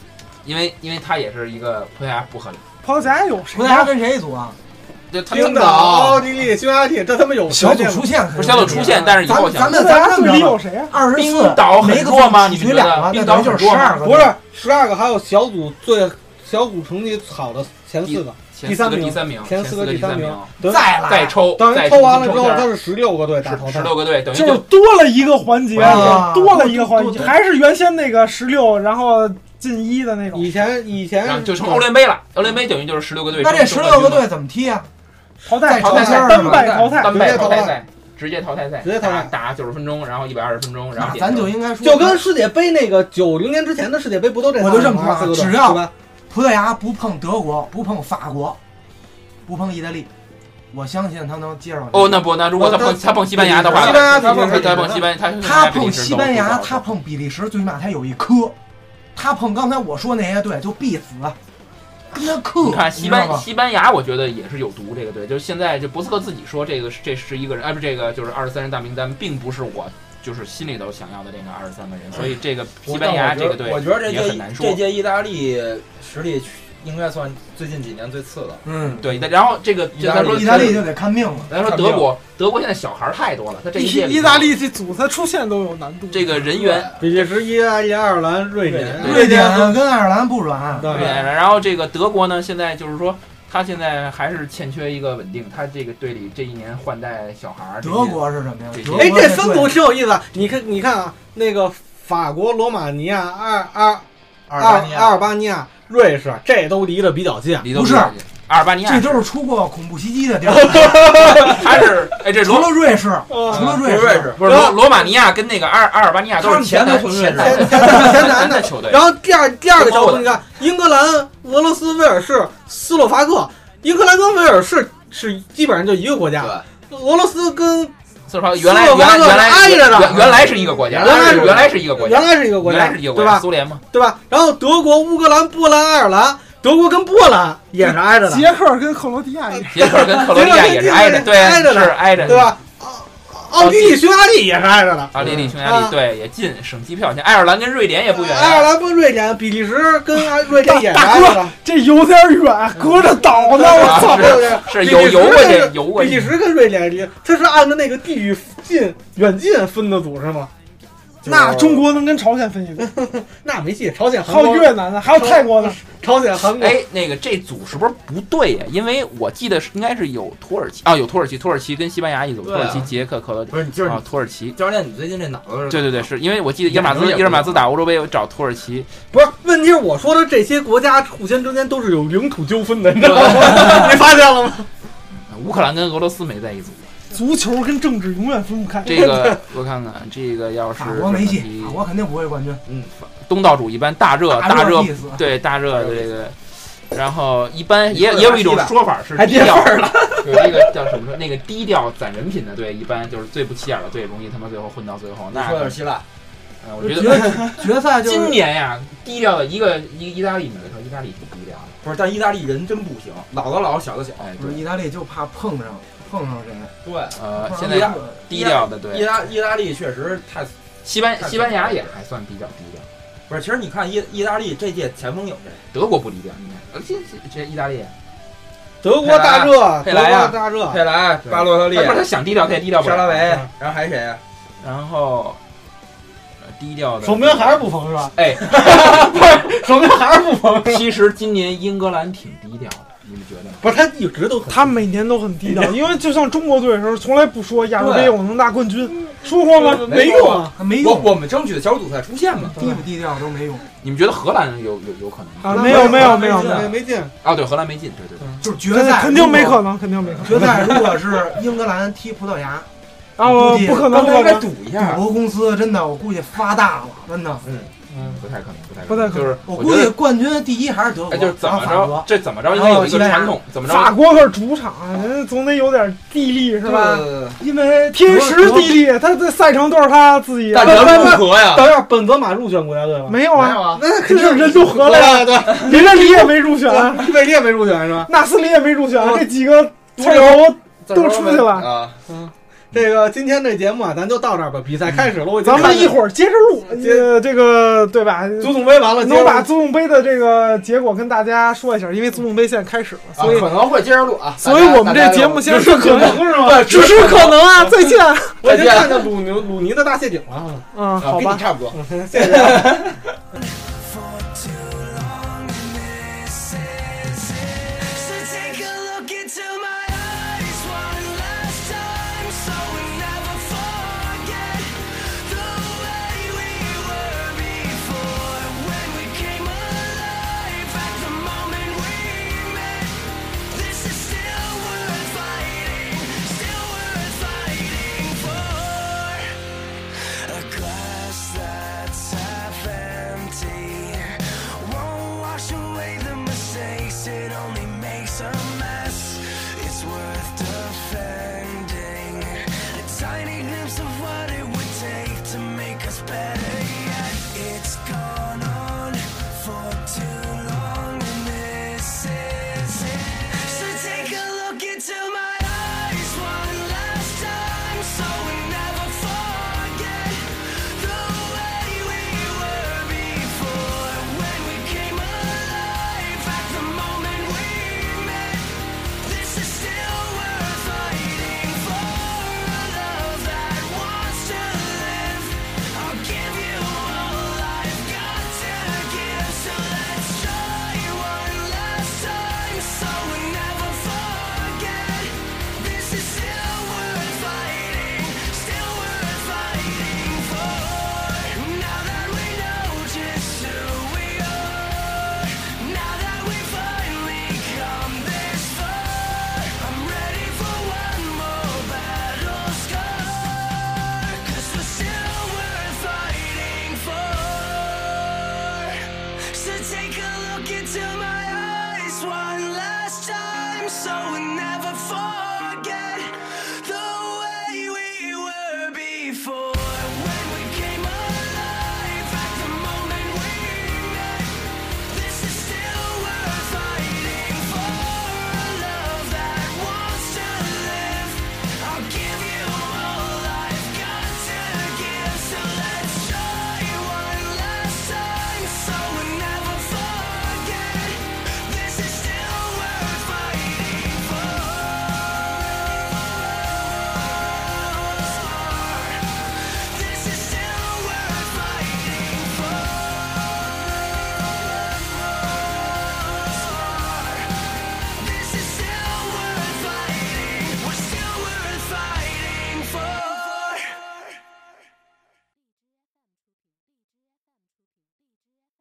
因为他也是一个葡萄牙不合理。 葡萄牙有谁？ 葡萄牙跟谁一组啊？ 冰岛、奥地利、匈牙利，这他妈有小组出线， 不是小组出线，但是以后咱们队里有谁啊 ？24， 冰岛很多吗？你们觉得？冰岛就是12个， 不是12个，还有小组成绩好的前4个。 第三名， 前4个第3名， 再抽， 等于抽完了之后，他是16个队打淘汰，16 个队等于就是多了一个环节，多了一个环节，还是原先那个16，然后进1的那种。 以前就成欧联杯了，欧联杯等于就是16个队。 那这16个队怎么踢啊？ 淘汰赛， 单败淘汰， 直接淘汰赛，打90分钟，然后120分钟，然后咱就应该说， 就跟世界杯那个90年之前的世界杯不都这样？ 我就这么说，只要葡萄牙不碰德国，不碰法国，不碰意大利，我相信他能接上。 哦，那如果他碰西班牙的话，他碰西班牙， 他碰西班牙，他碰比利时，最起码他有一颗。他碰刚才我说那些队就必死。 你看西班牙，我觉得也是有毒。这个队就是现在就博斯克自己说，这是一个人，不，这个就是23人大名单，并不是我就是心里头想要的这个23个人，所以这个西班牙这个队， 我觉得也很难说。 这届意大利实力应该算最近几年最次的。 对。然后这个咱说意大利就得看命了。 咱说德国现在小孩太多了，他这一届意大利这组他出现都有难度。 这个人员， 比利时、意大利、爱尔兰、瑞典跟爱尔兰不软。 对。然后这个德国呢，现在就是说。他现在还是欠缺一个稳定，他这个队里这一年换代小孩。 德国是什么呀？ 哎，这分组挺有意思。你看啊，那个法国、罗马尼亚、阿尔巴尼亚、瑞士，这都离得比较近。 不是阿尔巴尼亚， 这都是出过恐怖袭击的地儿。 他是这除了瑞士， 不是罗马尼亚跟那个阿尔巴尼亚都是前南的球队。 然后第二个小组，你看英格兰、俄罗斯、威尔士、斯洛伐克。英格兰跟威尔士是基本上就一个国家。俄罗斯跟斯洛伐克原来挨着的， 原来是一个国家，原来是一个国家， 对吧？ 苏联嘛， 对吧？然后德国、乌克兰、波兰、爱尔兰。德国跟波兰也是挨着的， 捷克跟克罗地亚也是挨着，对，是挨着， 对吧？奥地利、匈牙利也是挨着的， 奥地利、匈牙利对也近，省机票钱。爱尔兰跟瑞典也不远， 爱尔兰跟瑞典，比利时跟瑞典也是挨着的， 这有点远，隔着岛呢，我操！ 是游过去。 比利时跟瑞典，它是按照那个地域远近分的组是吗？ 那中国能跟朝鲜分一组？ 那没戏。朝鲜、 还有越南呢，还有泰国呢。 朝鲜、韩国。 哎，那个这组是不是不对呀？因为我记得应该是有土耳其啊，有土耳其跟西班牙一组，土耳其、捷克、克罗地亚。 不是，就是土耳其教练，你最近这脑子？ 对，是因为我记得伊尔马兹打欧洲杯有找土耳其。 不是，问题是我说的这些国家互相之间都是有领土纠纷的，你知道吗？你发现了吗？ 乌克兰跟俄罗斯没在一组。 足球跟政治永远分不开。 这个我看看，这个要是法国没戏，法国肯定不会冠军。 东道主一般大热对大热的这个，然后一般也有一种说法是低调了，有一个叫什么那个低调攒人品的队，一般就是最不起眼的队，容易他妈最后混到最后。那说的是希腊， 我觉得决赛今年呀，低调的一个意大利，你别说意大利挺低调的， 不是，但意大利人真不行，老的老，小的小。 不是意大利就怕碰上谁？ 对， 现在低调的对。 意大利确实太。 西班牙也还算比较低调。 不是，其实你看意大利这届前锋有谁？ 德国不低调，你看，这意大利， 德国大热， 佩莱、巴洛特利， 他想低调他也低调不了。 沙拉维，然后还谁？ 然后低调的， 守门员还是不防是吧？ 哎， 不是，守门员还是不防。 其实今年英格兰挺低调的。你们觉得？ 不是，他一直都他每年都很低调，因为就像中国队的时候，从来不说亚洲杯我能拿冠军，说过吗？ 没用啊， 没用。 我们争取的小组赛出现嘛， 低不低调都没用。 你们觉得荷兰有可能吗？没进。 啊，对，荷兰没进，对， 就是决赛肯定没可能。 决赛如果是英格兰踢葡萄牙， 啊，不可能， 应该赌一下。 赌博公司真的，我估计发大了，真的。 不太可能，就是我估计冠军第一还是德国， 就是怎么着，这怎么着应该有一个传统，怎么着？ 法国可是主场，人总得有点地利是吧？ 因为天时地利，他这赛程都是他自己。 但人不合呀。 等一下，本泽马入选国家队吗？ 没有啊， 那肯定人都合了呀。 对， 别人里也没入选， 贝利也没入选是吧？ 纳斯里也没入选，这几个菜头都出去了。 这个今天这节目啊，咱就到这儿吧。比赛开始了， 咱们一会儿接着录，这个对吧？ 足总杯完了， 能把足总杯的这个结果跟大家说一下，因为足总杯现在开始了，所以可能会接着录啊。 所以我们这节目现在是可能是吗？ 对，只是可能啊。再见。 我已经看见鲁尼的大谢顶了。 嗯，好吧， 跟你差不多。 谢谢。 It only makes a mess. It's worth defending. A tiny glimpse of what it would take to make us better.